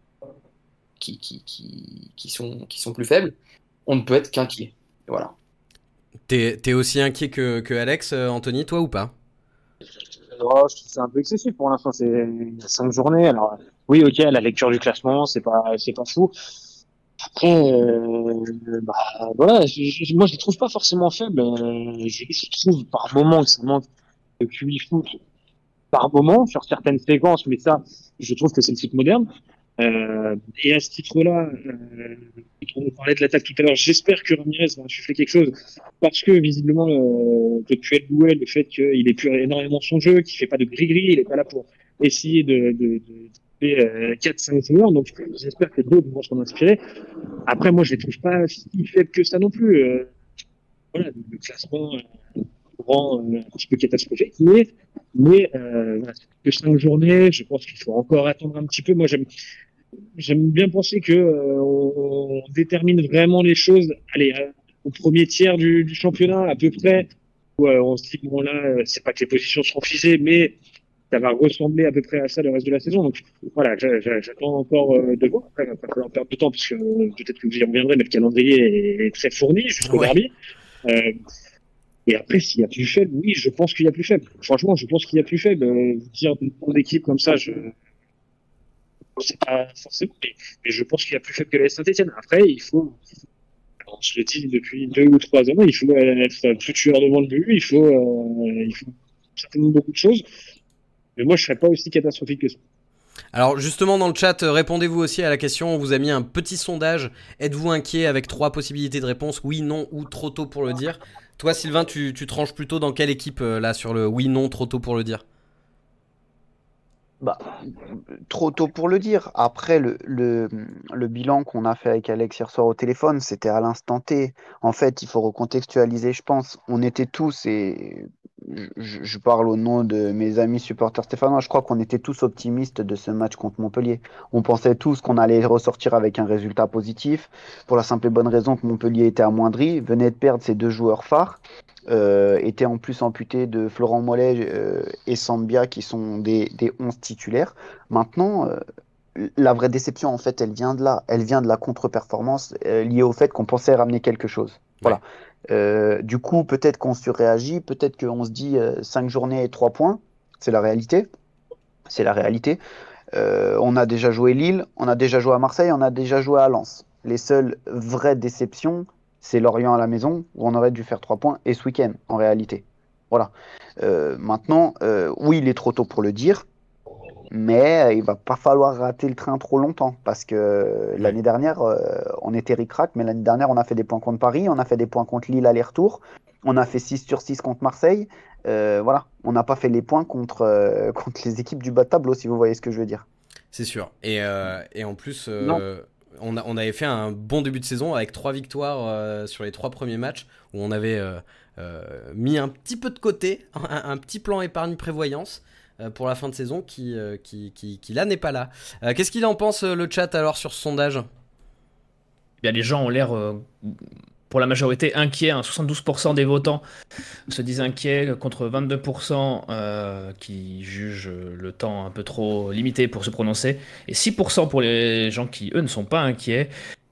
qui sont plus faibles, on ne peut être qu'inquiet. Voilà. T'es aussi inquiet que Alex, Anthony, toi ou pas ? Oh, je trouve ça un peu excessif pour l'instant. Il y a 5 journées. Alors, oui, ok, la lecture du classement, c'est pas fou. Après, bah, voilà, moi, je les trouve pas forcément faibles. Je trouve par moment que ça manque de QI foot par moment sur certaines séquences, mais ça, je trouve que c'est le foot moderne. Et à ce titre-là, on parlait de l'attaque tout à l'heure, j'espère que Ramirez va insuffler quelque chose, parce que visiblement, depuis El Bouel, le fait qu'il épure énormément son jeu, qu'il fait pas de gris-gris, il est pas là pour essayer de 4-5 joueurs, donc j'espère que d'autres vont s'en inspirer. Après, moi, je les trouve pas si faibles que ça non plus. Voilà, le classement, rend un petit peu catastrophique. Mais voilà, c'est que 5 journées. Je pense qu'il faut encore attendre un petit peu. Moi, j'aime bien penser que on détermine vraiment les choses. Allez, au premier tiers du championnat, à peu près. Où, on se dit que bon là, c'est pas que les positions seront figées, mais ça va ressembler à peu près à ça le reste de la saison. Donc voilà, j'attends encore de voir. Après, il va pas falloir perdre de temps parce que peut-être que vous y reviendrez, mais le calendrier est très fourni jusqu'au Ouais. derby. Euh, et après, s'il y a plus faible, oui, je pense qu'il y a plus faible. Franchement, je pense qu'il y a plus faible. Dire une grande équipe comme ça, je sais pas forcément, mais je pense qu'il y a plus faible que la Saint-Etienne. Après, il faut, on se le dit depuis 2 ou 3 ans, il faut être plus tueur devant le but, il faut certainement beaucoup de choses. Mais moi, je serais pas aussi catastrophique que ça. Alors justement dans le chat, répondez-vous aussi à la question, on vous a mis un petit sondage, êtes-vous inquiet avec 3 possibilités de réponse, oui, non ou trop tôt pour le dire. Toi Sylvain, tu tranches plutôt dans quelle équipe là sur le oui, non, trop tôt pour le dire? Bah, trop tôt pour le dire. Après, le bilan qu'on a fait avec Alex hier soir au téléphone, c'était à l'instant T. En fait, il faut recontextualiser, je pense. On était tous, et je parle au nom de mes amis supporters stéphanois, je crois qu'on était tous optimistes de ce match contre Montpellier. On pensait tous qu'on allait ressortir avec un résultat positif, pour la simple et bonne raison que Montpellier était amoindri, venait de perdre ses 2 joueurs phares. Était en plus amputé de Florent Mollet et Sambia qui sont des 11 titulaires. Maintenant, la vraie déception, en fait, elle vient de là. Elle vient de la contre-performance liée au fait qu'on pensait ramener quelque chose. Voilà. Du coup, peut-être qu'on surréagit, peut-être qu'on se dit 5 journées et 3 points. C'est la réalité. C'est la réalité. On a déjà joué Lille, on a déjà joué à Marseille, on a déjà joué à Lens. Les seules vraies déceptions, c'est Lorient à la maison, où on aurait dû faire 3 points, et ce week-end, en réalité. Voilà. Maintenant, oui, il est trop tôt pour le dire, mais il va pas falloir rater le train trop longtemps, parce que l'année dernière, on était ric-rac, mais l'année dernière, on a fait des points contre Paris, on a fait des points contre Lille aller-retour, on a fait 6 sur 6 contre Marseille. Voilà, on n'a pas fait les points contre les équipes du bas de tableau, si vous voyez ce que je veux dire. C'est sûr. Et en plus, Non. on avait fait un bon début de saison avec 3 victoires sur les 3 premiers matchs où on avait mis un petit peu de côté, un petit plan épargne prévoyance pour la fin de saison qui là n'est pas là. Qu'est-ce qu'il en pense le chat alors sur ce sondage? Eh bien, les gens ont l'air, pour la majorité, inquiets. 72% des votants se disent inquiets contre 22% qui jugent le temps un peu trop limité pour se prononcer. Et 6% pour les gens qui, eux, ne sont pas inquiets.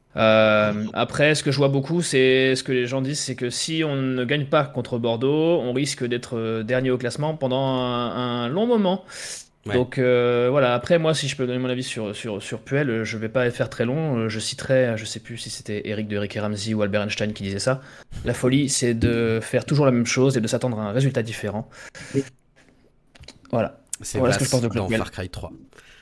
Après, ce que je vois beaucoup, c'est ce que les gens disent, c'est que si on ne gagne pas contre Bordeaux, on risque d'être dernier au classement pendant un long moment. Ouais. Donc voilà, après moi si je peux donner mon avis sur Puel, je vais pas faire très long, je citerai, je sais plus si c'était Eric de Rick et Ramsey ou Albert Einstein qui disait ça, la folie c'est de faire toujours la même chose et de s'attendre à un résultat différent. Voilà. C'est Voilà ce que je pense de Vass dans Claude Puel. Far Cry 3.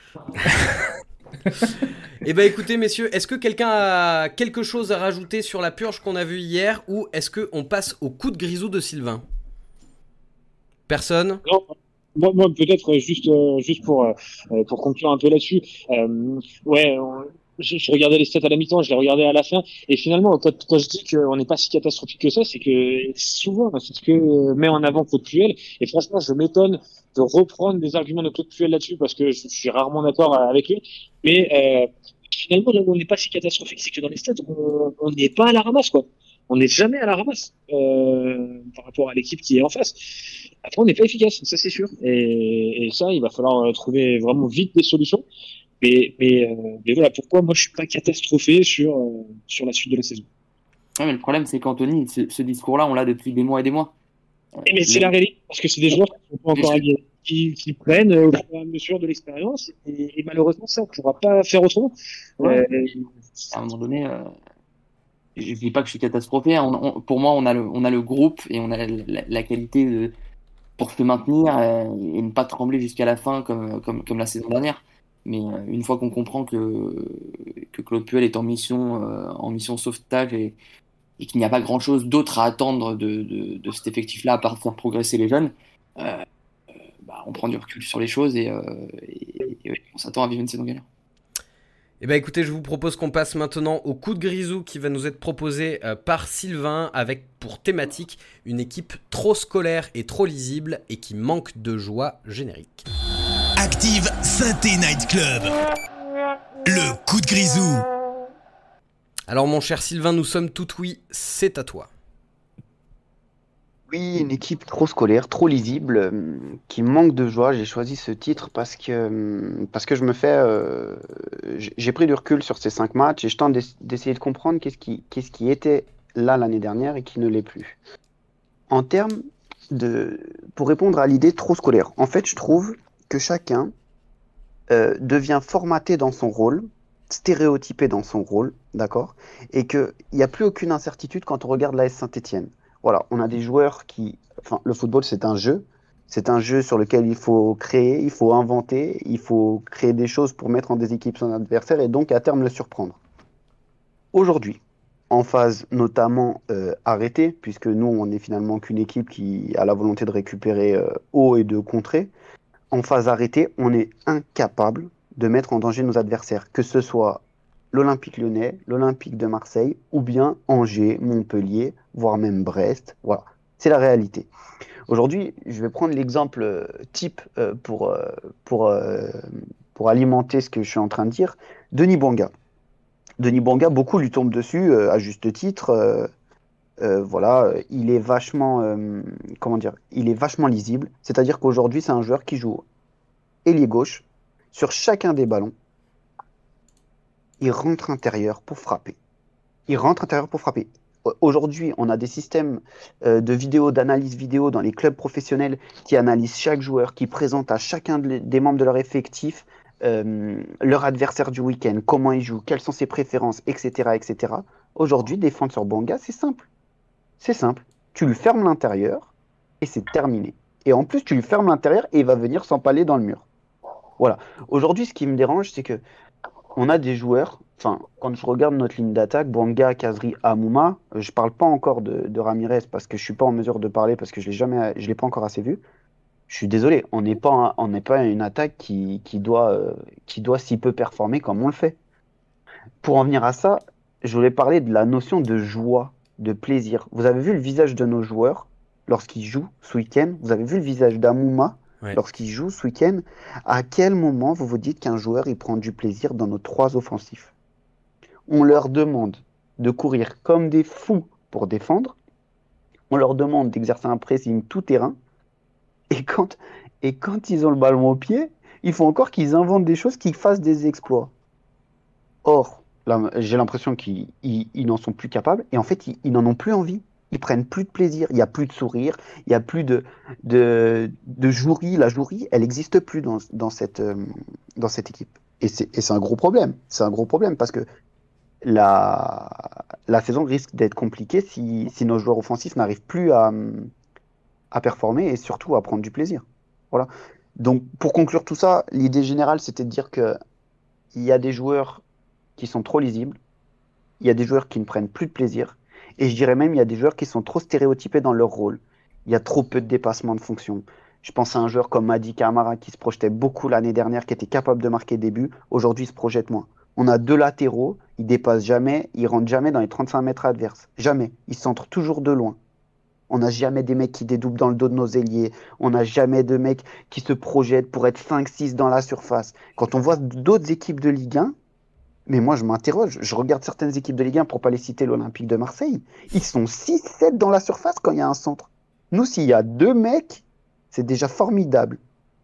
Eh ben écoutez messieurs, est-ce que quelqu'un a quelque chose à rajouter sur la purge qu'on a vue hier ou est-ce qu'on passe au coup de grisou de Sylvain? Personne? Non. Moi peut-être juste pour conclure un peu là-dessus. Ouais, je regardais les stats à la mi-temps, je les regardais à la fin, et finalement quand je dis qu'on n'est pas si catastrophique que ça, c'est que souvent c'est ce que met en avant Claude Puel. Et franchement, je m'étonne de reprendre des arguments de Claude Puel là-dessus parce que je suis rarement d'accord avec lui. Mais finalement, là où on n'est pas si catastrophique, c'est que dans les stats, on n'est pas à la ramasse, quoi. On n'est jamais à la ramasse par rapport à l'équipe qui est en face. Après, on n'est pas efficace, ça c'est sûr. Et ça, il va falloir trouver vraiment vite des solutions. Mais voilà, pourquoi moi je suis pas catastrophé sur la suite de la saison. Ouais, mais le problème, c'est qu'Anthony, ce discours-là, on l'a depuis des mois et des mois. Mais c'est la réalité, parce que c'est des joueurs qui sont pas encore habillés, qui prennent au fur et à mesure de l'expérience, et malheureusement, ça, on pourra pas faire autrement. Ouais. À un moment donné, je dis pas que je suis catastrophé. Hein. Pour moi, on a le groupe et on a la qualité pour se maintenir et ne pas trembler jusqu'à la fin comme la saison dernière. Mais une fois qu'on comprend que Claude Puel est en mission sauvetage et qu'il n'y a pas grand-chose d'autre à attendre de cet effectif-là à part faire progresser les jeunes, on prend du recul sur les choses et on s'attend à vivre une saison gagnante. Eh ben écoutez, je vous propose qu'on passe maintenant au coup de grisou qui va nous être proposé par Sylvain avec pour thématique une équipe trop scolaire et trop lisible et qui manque de joie générique. Active Synthé Night Club. Le coup de grisou. Alors mon cher Sylvain, nous sommes tout oui, c'est à toi. Oui, une équipe trop scolaire, trop lisible, qui manque de joie. J'ai choisi ce titre parce que j'ai pris du recul sur ces 5 matchs et je tente d'essayer de comprendre qu'est-ce qui était là l'année dernière et qui ne l'est plus. En termes pour répondre à l'idée trop scolaire, en fait, je trouve que chacun devient formaté dans son rôle, stéréotypé dans son rôle, d'accord, et qu'il n'y a plus aucune incertitude quand on regarde l'AS Saint-Étienne. Voilà, on a des joueurs enfin, le football, c'est un jeu. C'est un jeu sur lequel il faut créer, il faut inventer, il faut créer des choses pour mettre en déséquilibre son adversaire et donc à terme le surprendre. Aujourd'hui, en phase notamment arrêtée, puisque nous, on n'est finalement qu'une équipe qui a la volonté de récupérer haut et de contrer, en phase arrêtée, on est incapable de mettre en danger nos adversaires, que ce soit l'Olympique Lyonnais, l'Olympique de Marseille, ou bien Angers, Montpellier, voire même Brest. Voilà, c'est la réalité. Aujourd'hui, je vais prendre l'exemple type pour alimenter ce que je suis en train de dire. Denis Bouanga. Denis Bouanga, beaucoup lui tombent dessus, à juste titre. Voilà, il est vachement, il est vachement lisible. C'est-à-dire qu'aujourd'hui, c'est un joueur qui joue ailier gauche sur chacun des ballons. Il rentre intérieur pour frapper. Aujourd'hui, on a des systèmes d'analyse vidéo dans les clubs professionnels qui analysent chaque joueur, qui présentent à chacun des membres de leur effectif leur adversaire du week-end, comment il joue, quelles sont ses préférences, etc. etc. Aujourd'hui, défendre sur Bouanga, c'est simple. C'est simple. Tu lui fermes l'intérieur et c'est terminé. Et en plus, tu lui fermes l'intérieur et il va venir s'empaler dans le mur. Voilà. Aujourd'hui, ce qui me dérange, c'est que on a des joueurs, enfin, quand je regarde notre ligne d'attaque, Bouanga, Kazri, Amouma, je parle pas encore de Ramirez parce que je suis pas en mesure de parler parce que je l'ai pas encore assez vu. Je suis désolé, on n'est pas une attaque qui doit si peu performer comme on le fait. Pour en venir à ça, je voulais parler de la notion de joie, de plaisir. Vous avez vu le visage de nos joueurs lorsqu'ils jouent ce week-end? Vous avez vu le visage d'Amouma lorsqu'il joue ce week-end? À quel moment vous vous dites qu'un joueur il prend du plaisir dans nos 3 offensifs? On leur demande de courir comme des fous pour défendre. On leur demande d'exercer un pressing tout terrain. Et quand ils ont le ballon au pied, il faut encore qu'ils inventent des choses, qu'ils fassent des exploits. Or, là, j'ai l'impression qu'ils n'en sont plus capables. Et en fait, ils n'en ont plus envie. Ils prennent plus de plaisir. Il n'y a plus de sourire. Il n'y a plus de jouerie. La jouerie, elle n'existe plus dans cette équipe. Et c'est un gros problème. C'est un gros problème parce que la saison risque d'être compliquée si nos joueurs offensifs n'arrivent plus à performer et surtout à prendre du plaisir. Voilà. Donc, pour conclure tout ça, l'idée générale, c'était de dire qu'il y a des joueurs qui sont trop lisibles, il y a des joueurs qui ne prennent plus de plaisir, et je dirais même il y a des joueurs qui sont trop stéréotypés dans leur rôle. Il y a trop peu de dépassement de fonction. Je pense à un joueur comme Madi Camara qui se projetait beaucoup l'année dernière, qui était capable de marquer des buts. Aujourd'hui, il se projette moins. On a 2 latéraux, ils dépassent jamais, ils rentrent jamais dans les 35 mètres adverses. Jamais. Ils centrent toujours de loin. On n'a jamais des mecs qui dédoublent dans le dos de nos ailiers. On n'a jamais de mecs qui se projettent pour être 5-6 dans la surface. Quand on voit d'autres équipes de Ligue 1, mais moi je m'interroge. Je regarde certaines équipes de Ligue 1, pour pas les citer, l'Olympique de Marseille. Ils sont 6-7 dans la surface quand il y a un centre. Nous, s'il y a 2 mecs, c'est déjà formidable.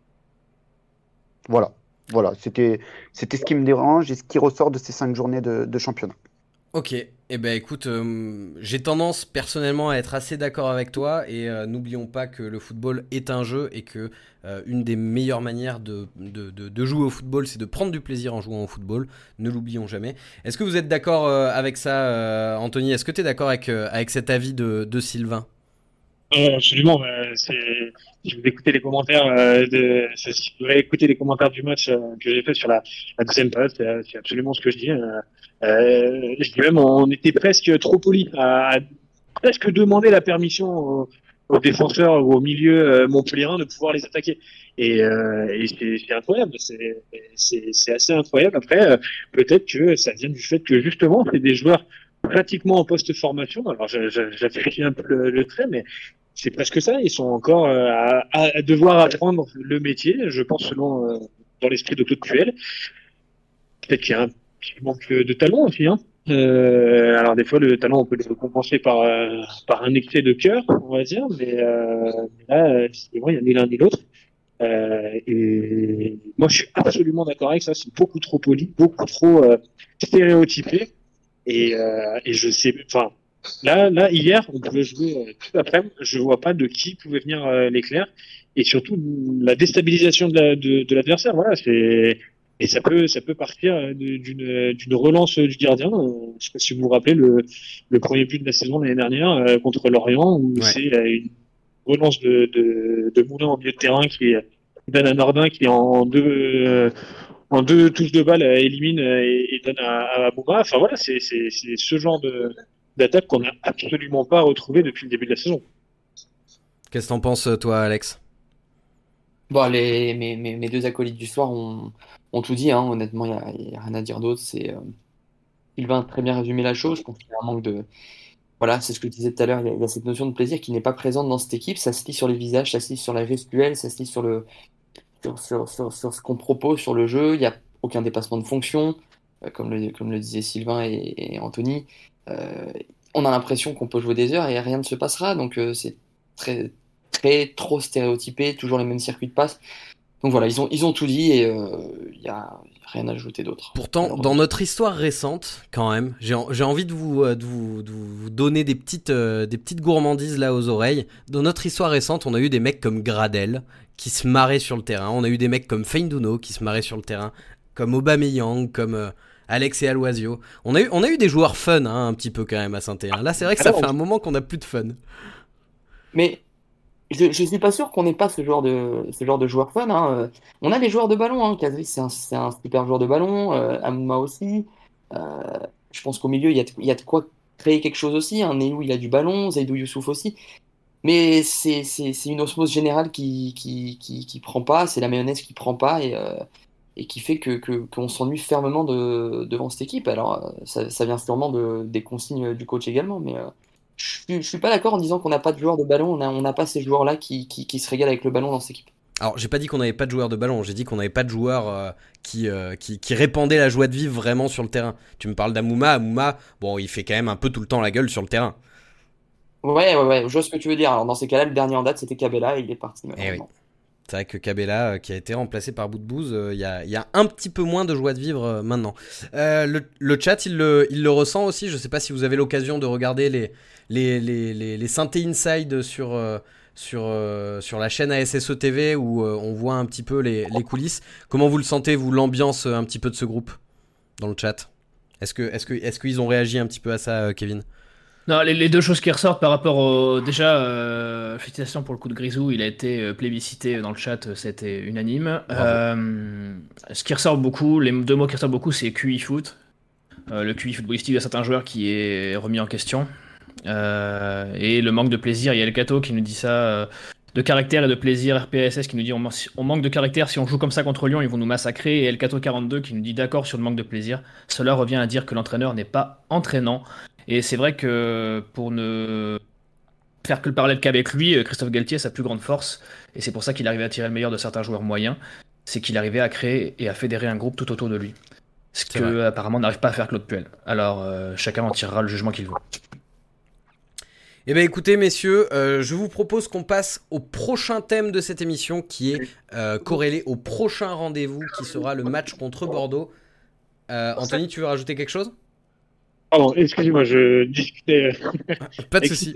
Voilà. C'était ce qui me dérange et ce qui ressort de ces 5 journées de championnat. Ok, eh ben écoute, j'ai tendance personnellement à être assez d'accord avec toi et n'oublions pas que le football est un jeu et que une des meilleures manières de jouer au football, c'est de prendre du plaisir en jouant au football, ne l'oublions jamais. Est-ce que vous êtes d'accord avec ça, Anthony? Est-ce que tu es d'accord avec cet avis de Sylvain? Absolument. Si vous écoutez les commentaires si vous écouter les commentaires du match que j'ai fait sur la deuxième période, c'est absolument ce que je dis. Je dis même, on était presque trop poli à presque demander la permission aux défenseurs ou au milieu montpelliérain de pouvoir les attaquer. Et c'est incroyable, c'est assez incroyable. Après, peut-être que ça vient du fait que justement, c'est des joueurs pratiquement en post-formation. Alors, j'affiche un peu le trait, mais c'est presque ça. Ils sont encore à devoir apprendre le métier, je pense, selon dans l'esprit de Claude Puel. Peut-être qu'il y a un petit manque de talent aussi, hein. Alors des fois le talent on peut le compenser par un excès de cœur, on va dire, mais là décidément il y a ni l'un ni l'autre. Et moi je suis absolument d'accord avec ça. C'est beaucoup trop poli, beaucoup trop stéréotypé. Et je sais, enfin là hier on pouvait jouer tout l'après-midi. Je vois pas de qui pouvait venir l'éclair et surtout la déstabilisation de l'adversaire. Voilà, c'est et ça peut partir d'une relance du gardien. Je sais pas si vous vous rappelez le premier but de la saison l'année dernière contre Lorient où c'est une relance de Moulin en milieu de terrain qui donne à Nordin qui est en deux touches de balle élimine et donne à Bouma. Enfin voilà, c'est ce genre d'attaque qu'on n'a absolument pas retrouvé depuis le début de la saison. Qu'est-ce que t'en penses, toi, Alex? Bon, mes deux acolytes du soir ont tout dit, hein. Honnêtement, il y a rien à dire d'autre. Sylvain a très bien résumé la chose. Je pense qu'il y a un manque de. Voilà, c'est ce que je disais tout à l'heure. Il y a cette notion de plaisir qui n'est pas présente dans cette équipe. Ça se lit sur les visages, ça se lit sur la gestuelle, ça se lit sur ce qu'on propose, sur le jeu. Il n'y a aucun dépassement de fonction, comme le disaient Sylvain et Anthony. Euh, on a l'impression qu'on peut jouer des heures et rien ne se passera. Donc, c'est très, très, trop stéréotypé, toujours les mêmes circuits de passe. Donc voilà, ils ont tout dit et il n'y a rien à ajouter d'autre. Pourtant, dans notre histoire récente, quand même, j'ai envie de vous donner des petites gourmandises là aux oreilles. Dans notre histoire récente, on a eu des mecs comme Gradel qui se marraient sur le terrain. On a eu des mecs comme Feindouno qui se marraient sur le terrain, comme Aubameyang, comme Alex et Aloisio. On a eu des joueurs fun, hein, un petit peu quand même à Saint-Étienne. Là, c'est vrai que ça fait un moment qu'on n'a plus de fun. Mais je suis pas sûr qu'on n'ait pas ce genre de joueur fun, hein. On a des joueurs de ballon, hein. Kadri, c'est un super joueur de ballon. Amouma aussi. Euh, je pense qu'au milieu, il y a de quoi créer quelque chose aussi, hein. Néou, il a du ballon. Zaidou Youssouf aussi. Mais c'est une osmose générale qui prend pas. C'est la mayonnaise qui prend pas et qui fait qu'on s'ennuie fermement devant cette équipe. Alors, ça vient sûrement des consignes du coach également, mais je suis pas d'accord en disant qu'on n'a pas de joueurs de ballon. On n'a pas ces joueurs-là qui se régalent avec le ballon dans cette équipe. Alors, j'ai pas dit qu'on n'avait pas de joueurs de ballon, j'ai dit qu'on n'avait pas de joueurs qui répandaient la joie de vivre vraiment sur le terrain. Tu me parles d'Amouma, bon, il fait quand même un peu tout le temps la gueule sur le terrain. Ouais, je vois ce que tu veux dire. Alors, dans ces cas-là, le dernier en date, c'était Cabella et il est parti malheureusement. Oui. C'est vrai que Cabella, qui a été remplacé par Boudbouz, il y a un petit peu moins de joie de vivre maintenant. Le chat, il le ressent aussi. Je sais pas si vous avez l'occasion de regarder les synthés inside sur la chaîne ASSE TV où on voit un petit peu les coulisses. Comment vous le sentez, vous, l'ambiance un petit peu de ce groupe dans le chat? Est-ce qu'ils ont réagi un petit peu à ça, Kevin? Non, les deux choses qui ressortent par rapport au... Déjà, félicitations pour le coup de Grisou, il a été plébiscité dans le chat, c'était unanime. Ce qui ressort beaucoup, les deux mots qui ressortent beaucoup, c'est QI foot. Le QI footballistique de certains joueurs qui est remis en question. Et le manque de plaisir, il y a El Cato qui nous dit ça, de caractère et de plaisir, RPSS qui nous dit on manque de caractère, si on joue comme ça contre Lyon, ils vont nous massacrer. Et El Cato 42 qui nous dit d'accord sur le manque de plaisir. Cela revient à dire que l'entraîneur n'est pas entraînant. Et c'est vrai que pour ne faire que le parallèle qu'avec lui, Christophe Galtier, sa plus grande force, et c'est pour ça qu'il arrivait à tirer le meilleur de certains joueurs moyens, c'est qu'il arrivait à créer et à fédérer un groupe tout autour de lui. Ce que apparemment n'arrive pas à faire Claude Puel. Alors chacun en tirera le jugement qu'il veut. Eh bien écoutez messieurs, je vous propose qu'on passe au prochain thème de cette émission qui est corrélé au prochain rendez-vous qui sera le match contre Bordeaux. Anthony, tu veux rajouter quelque chose ? Pardon, excusez-moi, je discutais. Pas de souci.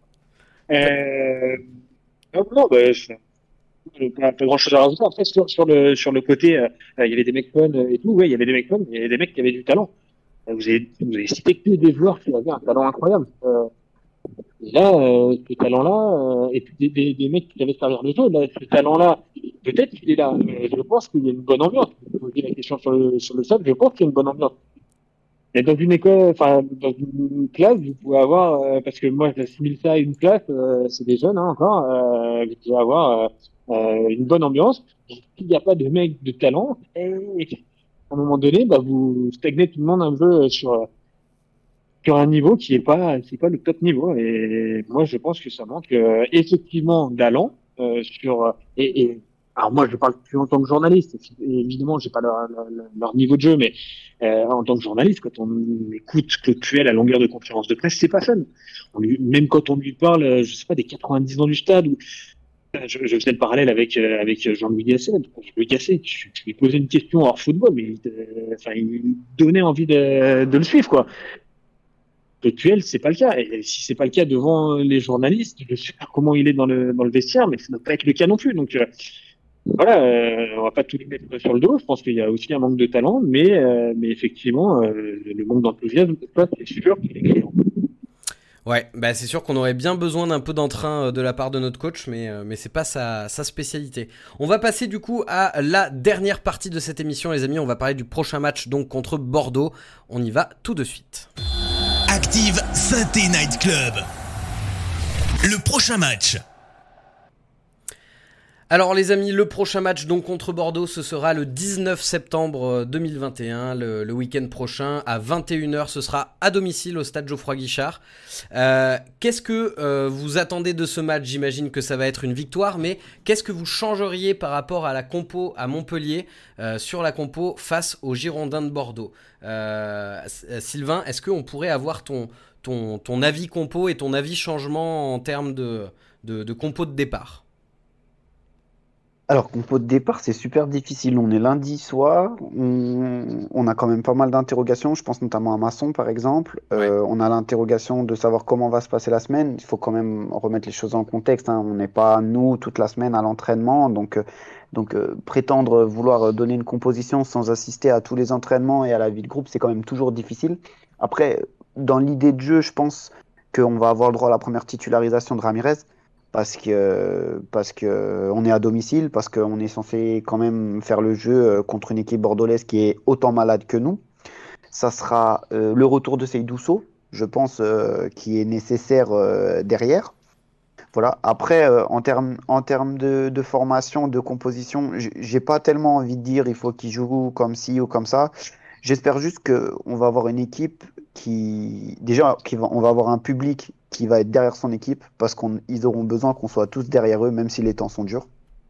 Non, pas grand chose à rajouter. Après, sur le côté, il y avait des mecs fun et tout. Ouais, il y avait des mecs fun, il y avait des mecs qui avaient du talent. Vous avez cité que des joueurs qui avaient un talent incroyable. Et là, ce talent-là, et puis des mecs qui avaient servir le jeu, là, ce talent-là, peut-être qu'il est là. Mais je pense qu'il y a une bonne ambiance. Vous posez la question sur le sol, je pense qu'il y a une bonne ambiance. Et dans une école, enfin, dans une classe, vous pouvez avoir, parce que moi, j'assimile ça à une classe, c'est des jeunes, hein, encore, vous pouvez avoir une bonne ambiance. S'il n'y a pas de mecs de talent, et à un moment donné, bah, vous stagnez tout le monde un peu sur un niveau qui est pas le top niveau. Et moi, je pense que ça manque effectivement d'allant alors moi, je parle plus en tant que journaliste. Et évidemment, j'ai pas leur niveau de jeu, mais en tant que journaliste, quand on écoute Claude Puel à longueur de conférence de presse, c'est pas fun. Même quand on lui parle, je sais pas, des 90 ans du stade, je faisais le parallèle avec Jean-Louis Gasset. Jean-Louis Gasset, tu lui posais une question hors football, mais il donnait envie de le suivre, quoi. Actuel, c'est pas le cas. Et si c'est pas le cas devant les journalistes, je sais pas comment il est dans le vestiaire, mais ça ne doit pas être le cas non plus. Donc voilà, on va pas tout lui mettre sur le dos. Je pense qu'il y a aussi un manque de talent, mais effectivement, le manque d'enthousiasme, c'est sûr qu'il est criant. Ouais, bah c'est sûr qu'on aurait bien besoin d'un peu d'entrain de la part de notre coach, mais c'est pas sa spécialité. On va passer du coup à la dernière partie de cette émission, les amis. On va parler du prochain match donc contre Bordeaux. On y va tout de suite. Active Saint-Étienne Night Club. Le prochain match. Alors les amis, le prochain match donc contre Bordeaux, ce sera le 19 septembre 2021, le week-end prochain, à 21h, ce sera à domicile au stade Geoffroy-Guichard. Qu'est-ce que vous attendez de ce match ? J'imagine que ça va être une victoire, mais qu'est-ce que vous changeriez par rapport à la compo à Montpellier, sur la compo face aux Girondins de Bordeaux ? Sylvain, est-ce qu'on pourrait avoir ton avis compo et ton avis changement en termes de compo de départ ? Alors, compo de départ, c'est super difficile. On est lundi soir, on a quand même pas mal d'interrogations. Je pense notamment à Masson, par exemple. Ouais. On a l'interrogation de savoir comment va se passer la semaine. Il faut quand même remettre les choses en contexte, hein. On n'est pas, nous, toute la semaine à l'entraînement. Donc, prétendre vouloir donner une composition sans assister à tous les entraînements et à la vie de groupe, c'est quand même toujours difficile. Après, dans l'idée de jeu, je pense qu'on va avoir le droit à la première titularisation de Ramirez parce que on est à domicile, parce qu'on est censé quand même faire le jeu contre une équipe bordelaise qui est autant malade que nous. Ça sera le retour de Seydou Sow, je pense, qui est nécessaire derrière. Voilà. Après, en termes de formation, de composition, j'ai pas tellement envie de dire il faut qu'il joue comme ci ou comme ça. J'espère juste qu'on va avoir une équipe on va avoir un public qui va être derrière son équipe parce qu'ils auront besoin qu'on soit tous derrière eux, même si les temps sont durs.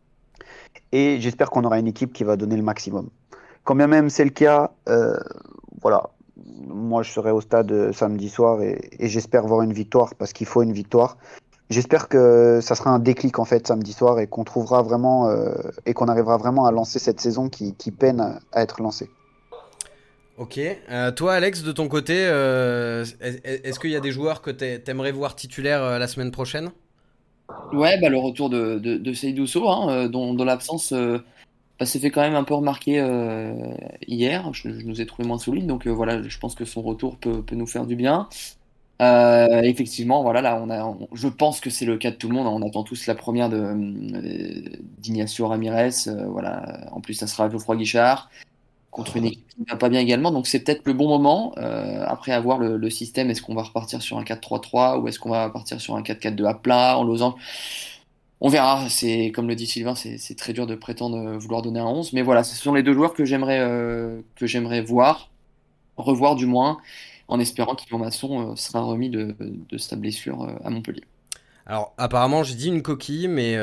Et j'espère qu'on aura une équipe qui va donner le maximum. Quand bien même c'est le cas, voilà. Moi, je serai au stade samedi soir et j'espère voir une victoire parce qu'il faut une victoire. J'espère que ça sera un déclic en fait samedi soir et qu'on trouvera vraiment et qu'on arrivera vraiment à lancer cette saison qui peine à être lancée. Ok. Toi, Alex, de ton côté, est-ce qu'il y a des joueurs que t'aimerais voir titulaires la semaine prochaine ? Ouais, bah, le retour de Seydou Sow, hein, dont l'absence s'est fait quand même un peu remarquer hier. Je nous ai trouvé moins solide, donc voilà, je pense que son retour peut nous faire du bien. Effectivement, voilà, là, je pense que c'est le cas de tout le monde, hein. On attend tous la première d'Ignacio Ramirez. Voilà. En plus, ça sera à Geoffroy Guichard contre une équipe qui ne va pas bien également. Donc, c'est peut-être le bon moment. Après avoir le système, est-ce qu'on va repartir sur un 4-3-3 ou est-ce qu'on va partir sur un 4-4-2 à plat, en losange? On verra. C'est, comme le dit Sylvain, c'est très dur de prétendre vouloir donner un 11. Mais voilà, ce sont les deux joueurs que j'aimerais revoir du moins, en espérant qu'Yvan Masson sera remis de sa blessure à Montpellier. Alors, apparemment, j'ai dit une coquille, mais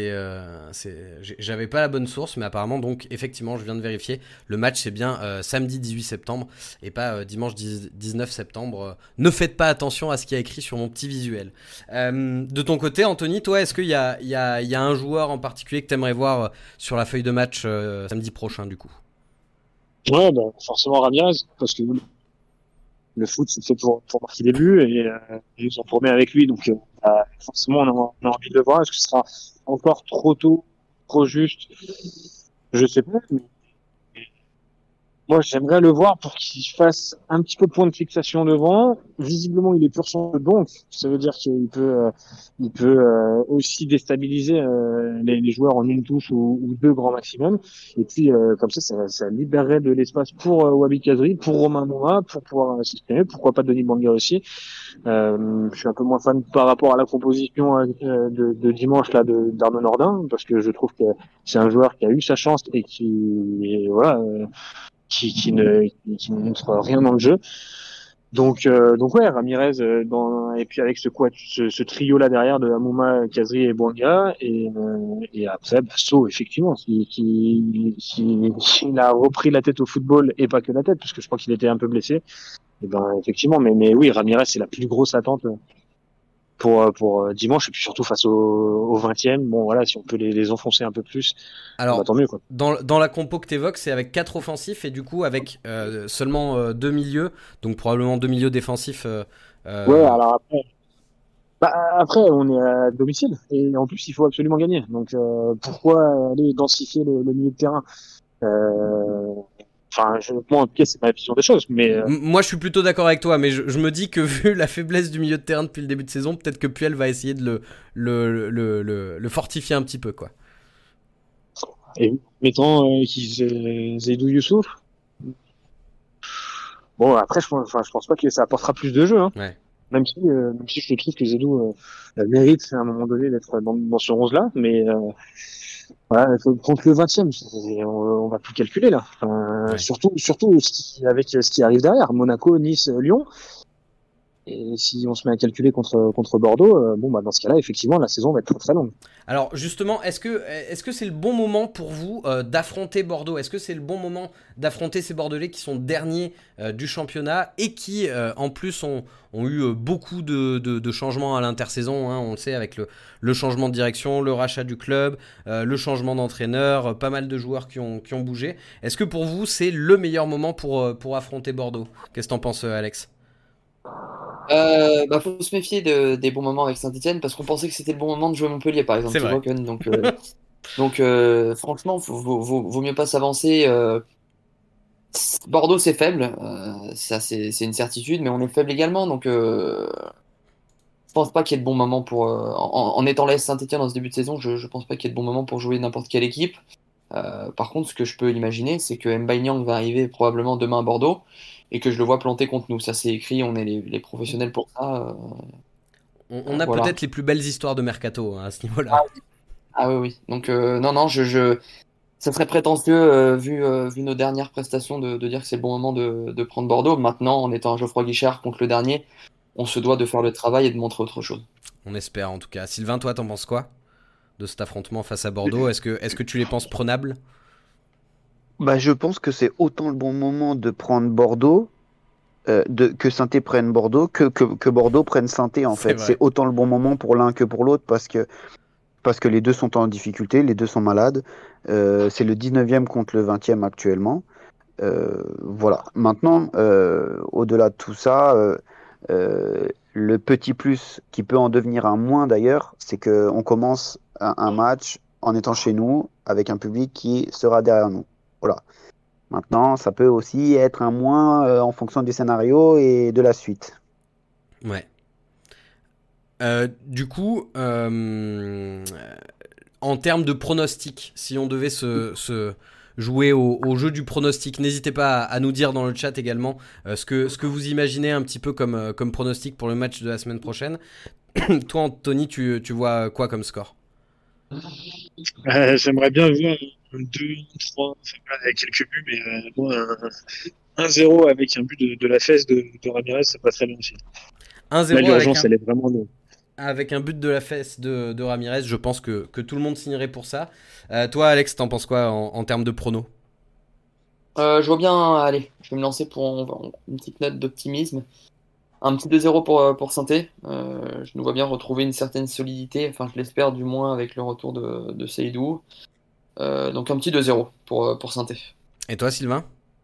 j'avais pas la bonne source, mais apparemment, donc, effectivement, je viens de vérifier, le match, c'est bien samedi 18 septembre et pas dimanche 19 septembre. Ne faites pas attention à ce qu'il y a écrit sur mon petit visuel. De ton côté, Anthony, toi, est-ce qu'il y a un joueur en particulier que t'aimerais voir sur la feuille de match samedi prochain, du coup ? Ouais, bah, forcément Ramirez, parce que le foot, c'est fait pour marquer des buts et ils nous en promet avec lui. Donc, forcément, on a envie de le voir. Est-ce que ce sera encore trop tôt, trop juste? Je sais pas. Mais Moi, j'aimerais le voir pour qu'il fasse un petit peu point de fixation devant. Visiblement, il est pur sang, donc ça veut dire il peut aussi déstabiliser les joueurs en une touche ou deux grand maximum. Et puis, comme ça libérerait de l'espace pour Wabi Kazri, pour Romain Moura, pour pouvoir s'exprimer. Pourquoi pas Denis Bouanga aussi. Je suis un peu moins fan par rapport à la composition de dimanche là d'Arnaud Nordin, parce que je trouve que c'est un joueur qui a eu sa chance et qui ne montre rien dans le jeu. Donc ouais, Ramirez et puis avec ce trio là derrière de Amouma, Kazri et Bouanga et après So effectivement qui a repris la tête au football et pas que la tête parce que je crois qu'il était un peu blessé. Et ben effectivement, mais oui, Ramirez c'est la plus grosse attente pour dimanche et puis surtout face au 20e. Bon voilà, si on peut les enfoncer un peu plus, Alors, tant mieux quoi. dans la compo que tu évoques, c'est avec 4 offensifs et du coup avec seulement 2 milieux, donc probablement 2 milieux défensifs. Ouais, alors après on est à domicile et en plus il faut absolument gagner. Donc pourquoi aller densifier le milieu de terrain? Moi en tout cas c'est ma vision des choses, mais Moi je suis plutôt d'accord avec toi, mais je me dis que vu la faiblesse du milieu de terrain depuis le début de saison, peut-être que Puel va essayer de le fortifier un petit peu, quoi. et mettant Zaidou Youssouf. Bon après je pense pas que ça apportera plus de jeu, hein. Ouais. Même si je trouve que Zaidou mérite à un moment donné d'être dans ce 11 là, mais voilà, contre le 20e, on va plus calculer là. Ouais. Surtout avec ce qui arrive derrière, Monaco, Nice, Lyon. Et si on se met à calculer contre Bordeaux, dans ce cas-là, effectivement, la saison va être très longue. Alors justement, est-ce que c'est le bon moment pour vous d'affronter Bordeaux? Est-ce que c'est le bon moment d'affronter ces Bordelais qui sont derniers du championnat et qui en plus ont eu beaucoup de changements à l'intersaison, hein, on le sait, avec le changement de direction, le rachat du club, le changement d'entraîneur, pas mal de joueurs qui ont bougé. Est-ce que pour vous c'est le meilleur moment pour affronter Bordeaux? Qu'est-ce que t'en penses, Alex? Faut se méfier des bons moments avec Saint-Etienne parce qu'on pensait que c'était le bon moment de jouer Montpellier par exemple. C'est vrai. Donc franchement, vaut mieux pas s'avancer. Bordeaux c'est faible, ça c'est une certitude, mais on est faible également. Donc je pense pas qu'il y ait de bon moment pour en étant l'AS Saint-Etienne dans ce début de saison, je pense pas qu'il y ait de bon moment pour jouer n'importe quelle équipe. Par contre, ce que je peux imaginer, c'est que Mbaye Niang va arriver probablement demain à Bordeaux et que je le vois planter contre nous. Ça, c'est écrit, on est les professionnels pour ça. On a Voilà. peut-être les plus belles histoires de mercato, hein, à ce niveau-là. Ah oui, oui. Donc, non, ça serait prétentieux, vu nos dernières prestations, de dire que c'est le bon moment de prendre Bordeaux. Maintenant, en étant un Geoffroy Guichard contre le dernier, on se doit de faire le travail et de montrer autre chose. On espère en tout cas. Sylvain, toi, t'en penses quoi de cet affrontement face à Bordeaux? Est-ce que tu les penses prenables? Je pense que c'est autant le bon moment de prendre Bordeaux, que Saint-Étienne prenne Bordeaux, que Bordeaux prenne Saint-Étienne en C'est fait. vrai. C'est autant le bon moment pour l'un que pour l'autre parce que les deux sont en difficulté, les deux sont malades. C'est le 19e contre le 20e actuellement. Voilà. Maintenant, au-delà de tout ça, le petit plus qui peut en devenir un moins d'ailleurs, c'est qu'on commence un match en étant chez nous avec un public qui sera derrière nous. Voilà. Maintenant, ça peut aussi être un moins en fonction du scénario et de la suite. Ouais. Du coup, en termes de pronostic, si on devait se jouer au jeu du pronostic, n'hésitez pas à nous dire dans le chat également ce que vous imaginez un petit peu comme pronostic pour le match de la semaine prochaine. Toi, Anthony, tu vois quoi comme score? J'aimerais bien voir un 2, 3, avec quelques buts, mais moi, un 1-0 avec un but de la fesse de Ramirez, ça passe très bien aussi. Là, 1-0 l'urgence, elle est vraiment longue. avec un but de la fesse de Ramirez, je pense que tout le monde signerait pour ça. Toi, Alex, t'en penses quoi en termes de pronos? Je vois bien, allez, je vais me lancer pour une petite note d'optimisme. Un petit 2-0 pour Saint-Étienne. Je nous vois bien retrouver une certaine solidité, enfin je l'espère du moins avec le retour de Seydou. Donc un petit 2-0 pour Saint-Étienne. Et toi, Sylvain?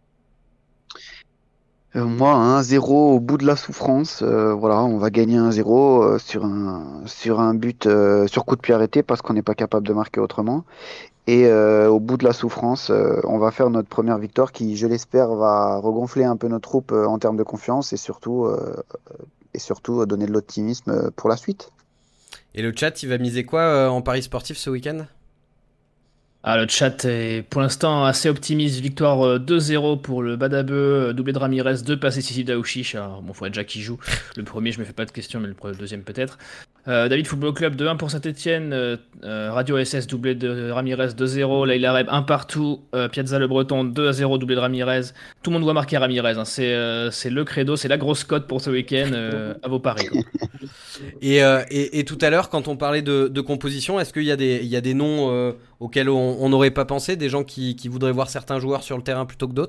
Moi, 1-0 au bout de la souffrance. Voilà, on va gagner 1-0 sur un but sur coup de pied arrêté parce qu'on n'est pas capable de marquer autrement. Et au bout de la souffrance, on va faire notre première victoire qui, je l'espère, va regonfler un peu nos troupes en termes de confiance et surtout donner de l'optimisme pour la suite. Et le chat, il va miser quoi en paris sportif ce week-end ? Ah, le chat est pour l'instant assez optimiste. Victoire 2-0 pour le Badabeu, doublé de Ramirez, 2 passes décisives d'Aouchiche. Alors, bon, faudrait déjà qu'il joue. Le premier, je me fais pas de questions, mais le deuxième peut-être. David Football Club 2-1 pour Saint-Etienne. Radio SS, doublé de Ramirez 2-0. Laïla Reb 1 partout. Piazza Le Breton 2-0, doublé de Ramirez. Tout le monde doit marquer Ramirez. Hein. C'est le credo, c'est la grosse cote pour ce week-end. À vos paris. Quoi. Et tout à l'heure, quand on parlait de composition, est-ce qu'il y a des noms auxquels on n'aurait pas pensé, des gens qui voudraient voir certains joueurs sur le terrain plutôt que d'autres ?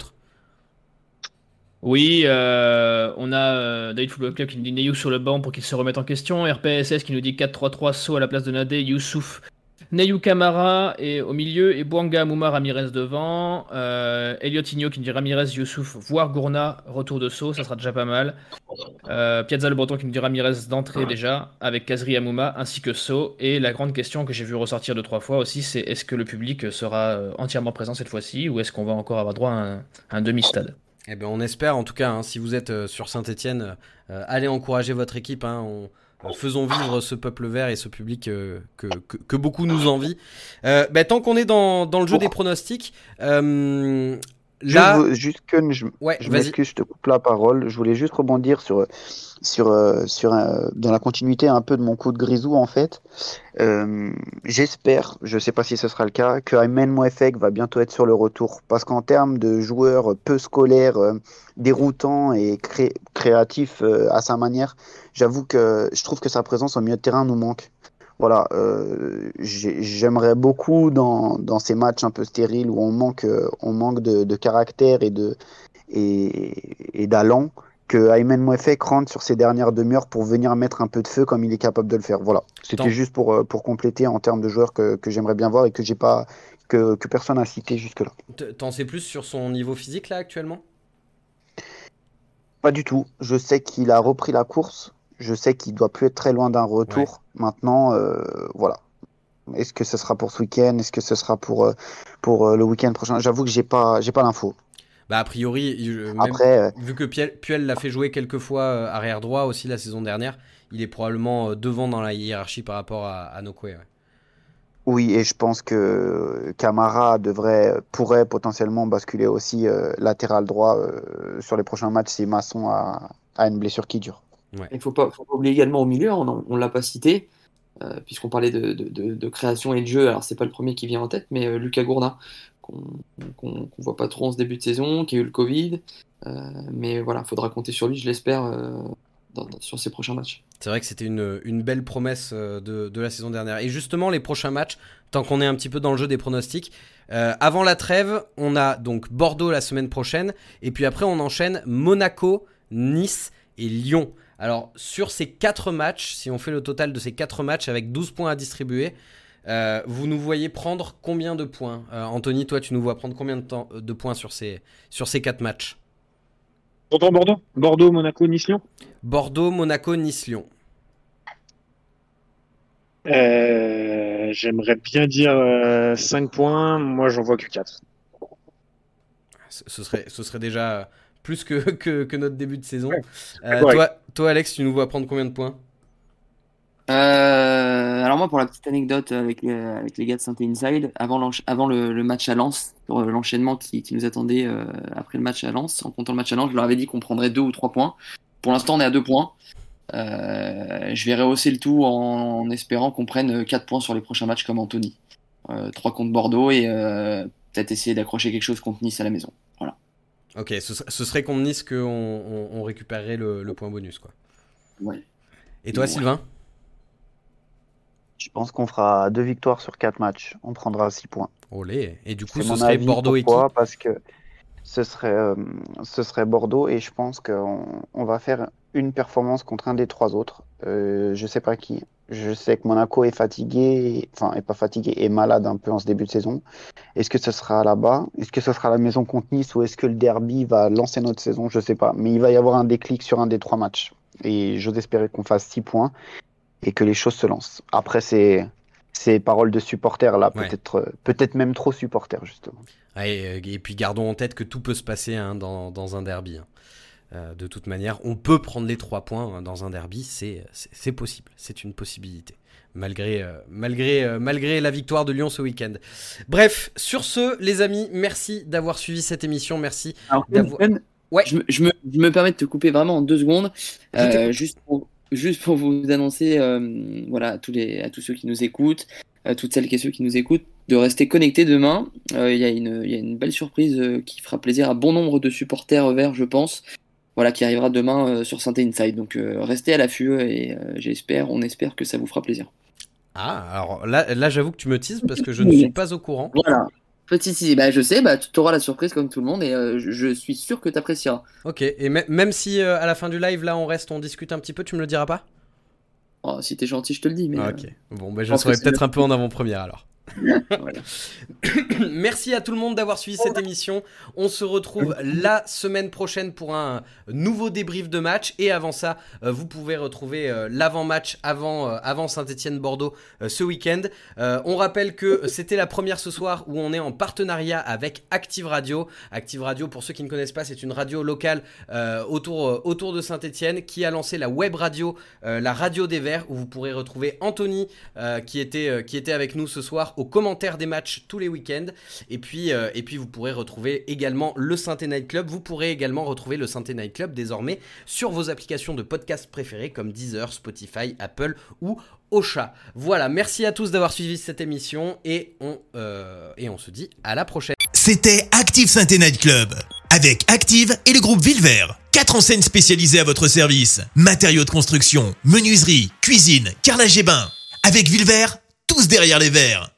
Oui, on a David Football Club qui nous dit Neyou sur le banc pour qu'il se remette en question. RPSS qui nous dit 4-3-3, So à la place de Nadé, Youssouf, Neyou Camara et au milieu, et Bouanga, Mouma, Ramirez devant. Eliotinho qui nous dit Ramirez, Youssouf, voire Gourna, retour de So, ça sera déjà pas mal. Piazza Le Breton qui nous dit Ramirez d'entrée déjà, avec Kazri Amouma ainsi que So. Et la grande question que j'ai vu ressortir 2-3 fois aussi, c'est est-ce que le public sera entièrement présent cette fois-ci ou est-ce qu'on va encore avoir droit à un demi-stade ? Eh ben, on espère en tout cas, hein, si vous êtes sur Saint-Etienne, allez encourager votre équipe. Hein, faisons vivre ce peuple vert et ce public que beaucoup nous envient. Tant qu'on est dans le jeu des pronostics, là... Juste que je vas-y. m'excuse, je te coupe la parole. Je voulais juste rebondir dans la continuité un peu de mon coup de grisou en fait. J'espère, je ne sais pas si ce sera le cas, que Aymen Mouefek va bientôt être sur le retour. Parce qu'en termes de joueur peu scolaire, déroutant et créatif à sa manière, j'avoue que je trouve que sa présence au milieu de terrain nous manque. Voilà, j'aimerais beaucoup dans ces matchs un peu stériles où on manque de caractère et d'allant, que Aymen Mouefek rentre sur ces dernières demi-heures pour venir mettre un peu de feu comme il est capable de le faire. Voilà, c'était juste pour compléter en termes de joueurs que j'aimerais bien voir et que personne n'a cité jusque-là. T'en sais plus sur son niveau physique là actuellement ? Pas du tout. Je sais qu'il a repris la course. Je sais qu'il doit plus être très loin d'un retour. Ouais. Maintenant, voilà. Est-ce que ce sera pour ce week-end ? Est-ce que ce sera pour le week-end prochain ? J'avoue que j'ai pas l'info. Bah a priori, vu que Puel l'a fait jouer quelques fois arrière droit aussi la saison dernière, il est probablement devant dans la hiérarchie par rapport à Nokwe. Ouais. Oui, et je pense que Camara pourrait potentiellement basculer aussi latéral droit sur les prochains matchs si Masson a une blessure qui dure. Ouais. Il ne faut pas oublier également au milieu, on ne l'a pas cité, puisqu'on parlait de création et de jeu. Alors, ce n'est pas le premier qui vient en tête, mais Lucas Gourna, qu'on ne voit pas trop en ce début de saison, qui a eu le Covid. Mais voilà, il faudra compter sur lui, je l'espère, sur ses prochains matchs. C'est vrai que c'était une belle promesse de la saison dernière. Et justement, les prochains matchs, tant qu'on est un petit peu dans le jeu des pronostics, avant la trêve, on a donc Bordeaux la semaine prochaine. Et puis après, on enchaîne Monaco, Nice et Lyon. Alors, sur ces 4 matchs, si on fait le total de ces 4 matchs avec 12 points à distribuer, vous nous voyez prendre combien de points ? Anthony, toi, tu nous vois prendre combien de points sur ces 4 matchs ? J'entends Bordeaux. Bordeaux, Monaco, Nice, Lyon. Bordeaux, Monaco, Nice, Lyon. J'aimerais bien dire 5 points. Moi, j'en vois que 4. Ce serait déjà plus que notre début de saison. Toi, Alex, tu nous vois prendre combien de points ? Alors moi, pour la petite anecdote avec les gars de Saint Inside, avant le match à Lens, sur l'enchaînement qui nous attendait après le match à Lens, en comptant le match à Lens, je leur avais dit qu'on prendrait 2 ou 3 points. Pour l'instant, on est à 2 points. Je vais rehausser le tout en espérant qu'on prenne 4 points sur les prochains matchs comme Anthony. 3 contre Bordeaux et peut-être essayer d'accrocher quelque chose contre Nice à la maison. Voilà. Ok, ce serait contre Nice qu'on récupérerait le point bonus, quoi. Ouais. Et toi, Sylvain ? Je pense qu'on fera 2 victoires sur 4 matchs. On prendra 6 points. Olé. Et du coup, ce serait Bordeaux et qui ? Parce que ce serait Bordeaux et je pense qu'on va faire une performance contre un des 3 autres. Je sais pas qui. Je sais que Monaco est fatigué, enfin, est pas fatigué, est malade un peu en ce début de saison. Est-ce que ce sera là-bas ? Est-ce que ce sera à la maison contre Nice ou est-ce que le derby va lancer notre saison ? Je sais pas. Mais il va y avoir un déclic sur un des 3 matchs. Et j'ose espérer qu'on fasse 6 points et que les choses se lancent. Après, c'est ces paroles de supporters là, Ouais. peut-être même trop supporters justement. Ouais, et puis gardons en tête que tout peut se passer dans un derby. De toute manière, on peut prendre les 3 points dans un derby, c'est possible, c'est une possibilité. Malgré la victoire de Lyon ce week-end. Bref, sur ce, les amis, merci d'avoir suivi cette émission. Merci Alors, d'avoir. Ken, Ouais. je me permets de te couper vraiment en 2 secondes, Je t'écoute. juste pour vous annoncer, voilà, à tous ceux qui nous écoutent, toutes celles et ceux qui nous écoutent, de rester connectés demain. Il y a une belle surprise qui fera plaisir à bon nombre de supporters verts, je pense. Voilà, qui arrivera demain sur Synthé Inside. Donc restez à l'affût et on espère que ça vous fera plaisir. Ah, alors là j'avoue que tu me teases parce que je ne suis pas au courant. Voilà. Je sais, tu auras la surprise comme tout le monde et je suis sûr que tu apprécieras. Ok, et même si à la fin du live, là on discute un petit peu, tu me le diras pas? Oh, si t'es gentil, je te le dis. Mais, Ah, ok, bon, bah, je pense que serai c'est peut-être le- un peu en avant-première alors. Voilà. Merci à tout le monde d'avoir suivi cette émission. On se retrouve la semaine prochaine pour un nouveau débrief de match. Et avant ça, vous pouvez retrouver l'avant-match avant Saint-Etienne-Bordeaux ce week-end. On rappelle que c'était la première ce soir où on est en partenariat avec Active Radio. Active Radio, pour ceux qui ne connaissent pas, c'est une radio locale autour de Saint-Etienne qui a lancé la web radio, la radio des Verts, où vous pourrez retrouver Anthony qui était avec nous ce soir aux commentaires des matchs tous les week-ends. Et puis vous pourrez retrouver également le Synthé Night Club. Vous pourrez également retrouver le Synthé Night Club désormais sur vos applications de podcast préférées comme Deezer, Spotify, Apple ou Ocha. Voilà, merci à tous d'avoir suivi cette émission et on se dit à la prochaine. C'était Active Synthé Night Club. Avec Active et le groupe Villevert. 4 enseignes spécialisées à votre service. Matériaux de construction, menuiserie, cuisine, carrelage et bain. Avec Villevert, tous derrière les verres.